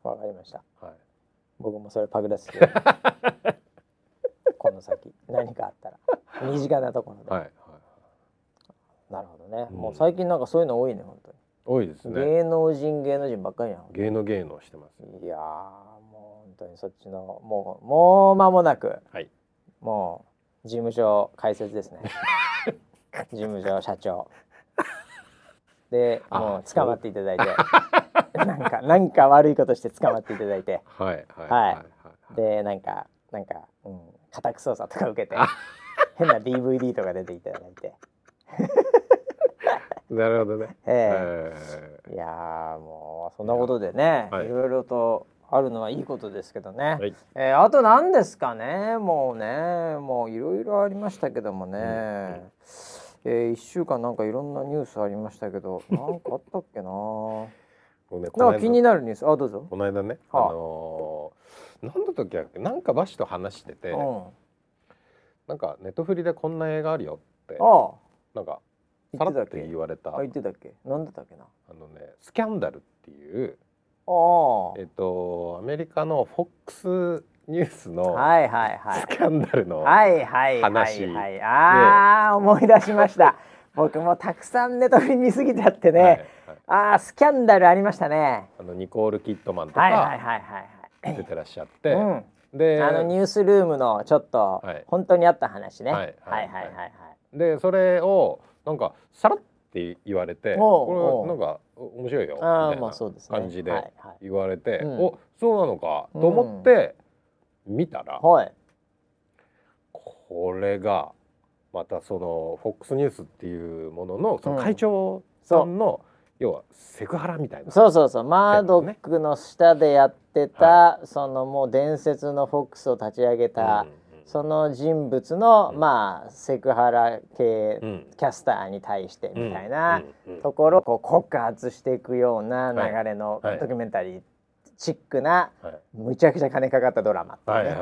わかりました。僕もそれパクらせてこの先何かあったら身近なところで。なるほどね。もう最近なんかそういうの多いね本当に。 多いですね。 芸能人ばっかりなの。 芸能してます。 いやもう本当にそっちのもう間もなく、もう事務所開設ですね。事務所社長でもう捕まっていただいてなんか悪いことして捕まっていただいて、でなんか家宅捜査とか受けて変な DVD とか出ていただいて。 なるほどね。 いやもうそんなことでね、いろいろとあるのはいいことですけどね。あと何ですかね。もういろいろありましたけどもね。1週間なんかいろんなニュースありましたけどなんかあったっけな。なんか気になるニュース。どうぞ。 この間ね何の時だっけなんかバシと話してて、なんかネットフリでこんな映画あるよってなんかさらって言われた。 言ってたっけ。なんだったっけな。 スキャンダルっていうアメリカの FOX ニュースのスキャンダルの話。 思い出しました。僕もたくさんネトフリ見すぎちゃってね。スキャンダルありましたね。 ニコール・キッドマンとか出てらっしゃって、 でニュースルームのちょっと本当にあった話ね。 でそれをなんかさらって言われて、これなんか面白いよみたいな感じで言われて、そうなのかと思って見たら、これがまたその FOX ニュースっていうもののその会長さんの要はセクハラみたいな。 そうマードックの下でやってたそのもう伝説の FOX を立ち上げたその人物のセクハラ系キャスターに対してみたいなところを告発していくような流れのドキュメンタリーチックなむちゃくちゃ金かかったドラマっていうね。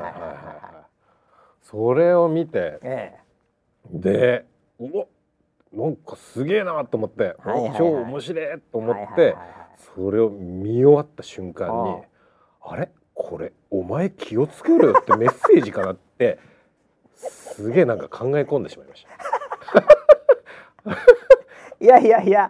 それを見てでなんかすげえなと思って超面白いと思ってそれを見終わった瞬間にあれこれお前気をつけろよってメッセージかなってすげえなんか考え込んでしまいました。 いや、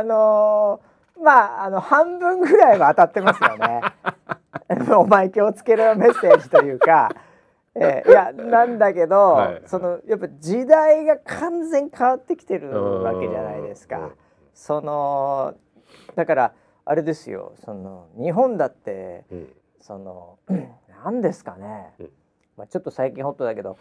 半分ぐらいは当たってますよね。お前気をつけろよメッセージというか、いやなんだけど、そのやっぱ時代が完全変わってきてるわけじゃないですか。そのだからあれですよ。その日本だって。その何ですかね、ちょっと最近ホットだけど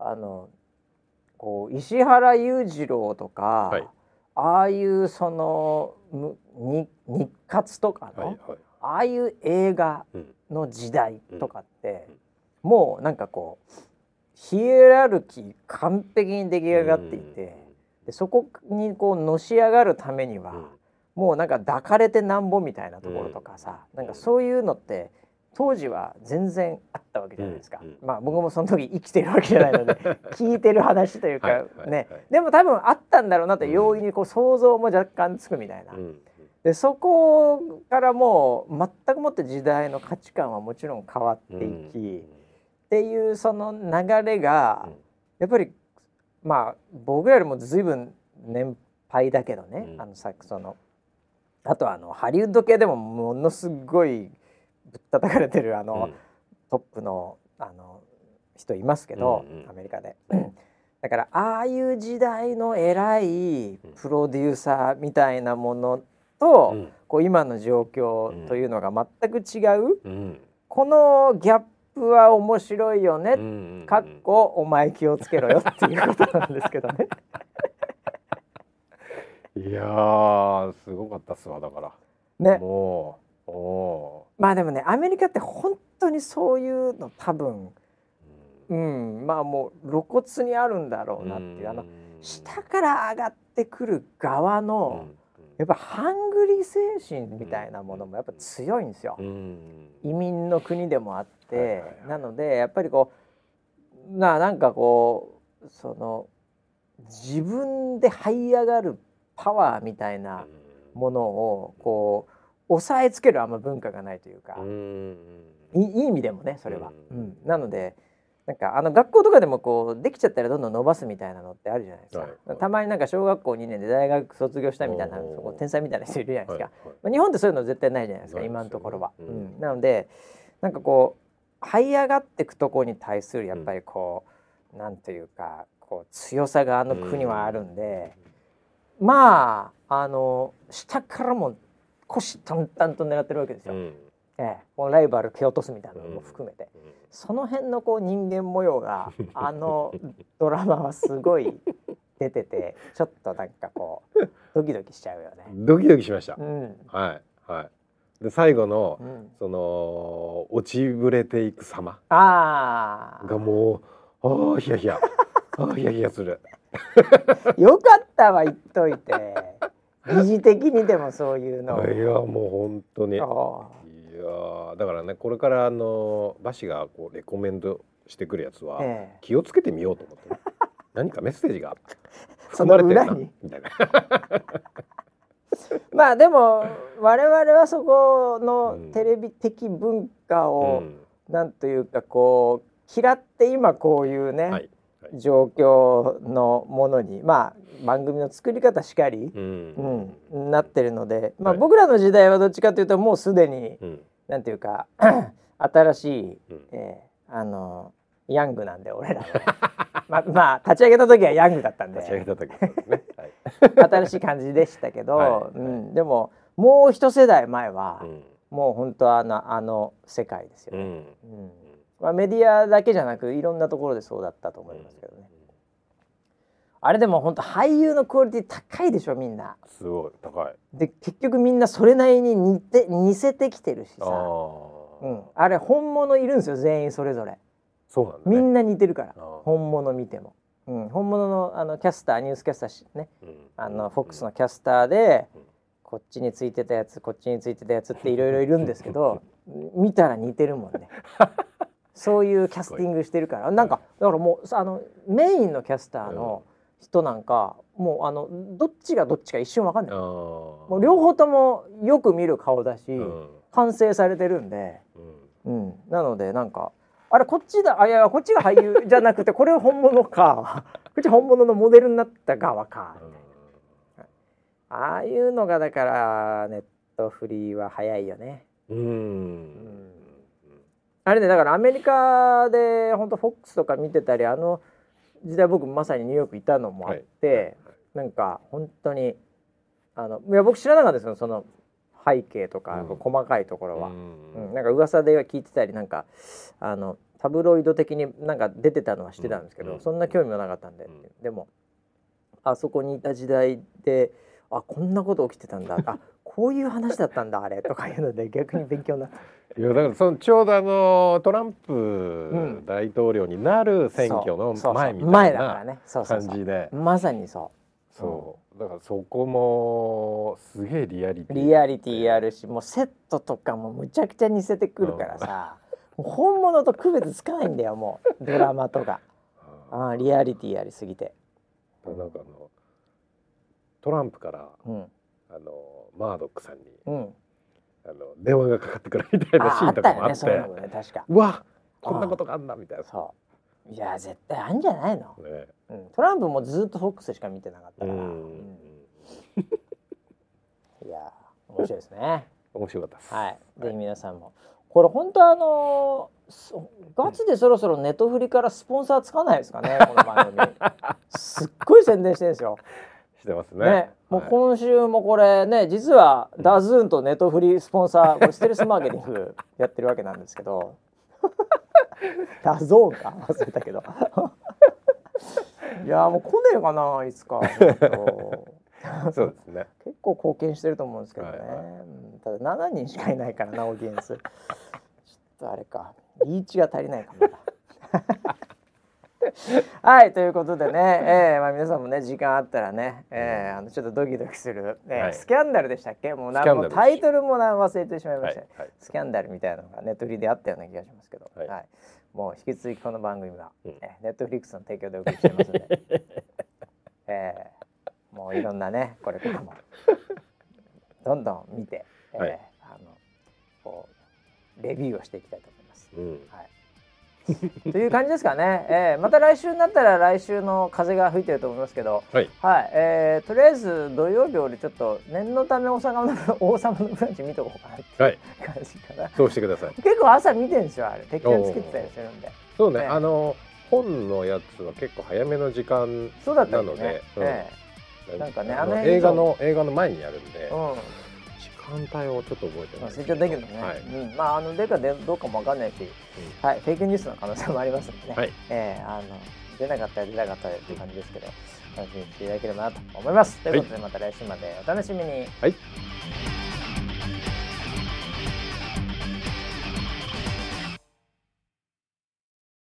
こう石原裕次郎とか、ああいうその日活とかの、ああいう映画の時代とかって、もうなんかこうヒエラルキー完璧に出来上がっていて、でそこにこうのし上がるためには、もうなんか抱かれてなんぼみたいなところとかさ、なんかそういうのって当時は全然あったわけじゃないですか、まあ僕もその時生きてるわけじゃないので聞いてる話というかね、でも多分あったんだろうなと容易にこう想像も若干つくみたいな、でそこからもう全くもって時代の価値観はもちろん変わっていき、っていうその流れがやっぱりまあ僕らよりも随分年配だけどね、あとハリウッド系でもものすごいぶったたかれてるトップの人いますけど、アメリカでだからああいう時代の偉いプロデューサーみたいなものと、こう今の状況というのが全く違う、このギャップは面白いよね、かっこお前気をつけろよっていうことなんですけどねいやーすごかったっすわ。だからね、もうまあでもねアメリカって本当にそういうの多分、まあもう露骨にあるんだろうなっていう、下から上がってくる側の、やっぱハングリー精神みたいなものもやっぱ強いんですよ、移民の国でもあって、なのでやっぱりこうなんかこうその自分で這い上がるパワーみたいなものをこう抑えつけるあんま文化がないというか、いい意味でもねそれは、なのでなんか学校とかでもこうできちゃったらどんどん伸ばすみたいなのってあるじゃないですか、たまになんか小学校2年で大学卒業したみたいなそこ天才みたいな人いるじゃないですか、日本ってそういうの絶対ないじゃないですか、今のところは、なのでなんかこう這い上がっていくところに対するやっぱりこう、なんというかこう強さが国はあるんで、まあ下からも虎視眈々と狙ってるわけですよ、このライバル蹴落とすみたいなのも含めて、その辺のこう人間模様がドラマはすごい出ててちょっとなんかこうドキドキしちゃうよね。 ドキドキしました、はいはい。で最後の、その落ちぶれていく様がもうヒヤヒヤヒヤヒヤするよかったわ言っといて疑似的にでもそういうのいやもう本当にいやだからねこれからバシがこうレコメンドしてくるやつは、気をつけてみようと思って、ね、何かメッセージが含まれてるなみたいなまあでも我々はそこのテレビ的文化を、なんというかこう嫌って今こういうね、状況のものにまあ番組の作り方しかり、なってるので、まあ僕らの時代はどっちかというともうすでに、なんていうか新しい、ヤングなんで俺らはまあ立ち上げた時はヤングだったんで、新しい感じでしたけど、でももう一世代前は、もう本当世界ですよね。メディアだけじゃなくいろんなところでそうだったと思いますけどね。あれでも本当俳優のクオリティ高いでしょみんな。 すごい高い。 で結局みんなそれなりに似せてきてるしさ、あれ本物いるんですよ全員それぞれ。 そうなんだね、 みんな似てるから本物見ても、本物のキャスターニュースキャスターね、FOX のキャスターで、こっちについてたやつこっちについてたやつっていろいろいるんですけど見たら似てるもんねそういうキャスティングしてるからなんかだからもうメインのキャスターの人なんか、もうどっちがどっちか一瞬わかんない。もう両方ともよく見る顔だし、完成されてるんで、なのでなんかあれこっちだいやこっちが俳優じゃなくてこれ本物かこっち本物のモデルになった側かみたいな、ああいうのがだからネットフリーは早いよね。あれねだからアメリカで本当FOXとか見てたり時代僕まさにニューヨークいたのもあって、なんか本当にいや僕知らなかったですよその背景とか、細かいところは、なんか噂では聞いてたりなんかタブロイド的になんか出てたのは知ってたんですけど、そんな興味もなかったんで、でもあそこにいた時代でこんなこと起きてたんだこういう話だったんだあれとかいうので逆に勉強になった。 いやだからちょうどトランプ大統領になる選挙の前みたいな感じで、 まさにそう。 だからそこもすげえリアリティあるし、もうセットとかもむちゃくちゃ似せてくるからさ、もう本物と区別つかないんだよもうドラマとかリアリティありすぎて。 なんかトランプから、マードックさんに、電話がかかってくるみたいなシーンとかもあって、そういうのね、確かうわこんなことがあんなみたいな。 そういや絶対あんじゃないの、トランプもずっとフォックスしか見てなかったから、いや面白いですね。 面白かったです。 はい、ぜひ皆さんもこれ本当ガチでそろそろネットフリからスポンサーつかないですかねこの番組すっごい宣伝してるんですよ。 してますね。 もう今週もこれね、実はダズーンとネットフリスポンサー、これステルスマーケティングやってるわけなんですけどダゾーンか忘れたけどいやもう来ねえかないつかそうですね。 結構貢献してると思うんですけどね、ただ7人しかいないからなオーディエンスちょっとあれかリーチが足りないかもなはいということでね、皆さんもね時間あったらね、ちょっとドキドキする、スキャンダルでしたっけ、もうタイトルも忘れてしまいました、スキャンダルみたいなのがネットフリであったような気がしますけど、もう引き続きこの番組は、ネットフリックスの提供でお送りしていますので、もういろんなねこれからもどんどん見て、こうレビューをしていきたいと思います。という感じですかね。また来週になったら来週の風が吹いてると思いますけど、とりあえず土曜日俺ちょっと念のため王様のブランチ見とこうかなっていう感じかな。 そうしてください。 結構朝見てるんですよあれ。適当につけてたりするんで。 そうね。本のやつは結構早めの時間なので、なんかね映画の前にやるんで。時間帯をちょっと覚えてます。 成長できるのね。まあ出かどうかもわかんないし、フェイクニュースの可能性もありますのでね。出なかったら出なかったらっていう感じですけど、楽しみにしていただければなと思います。ということでまた来週までお楽しみに。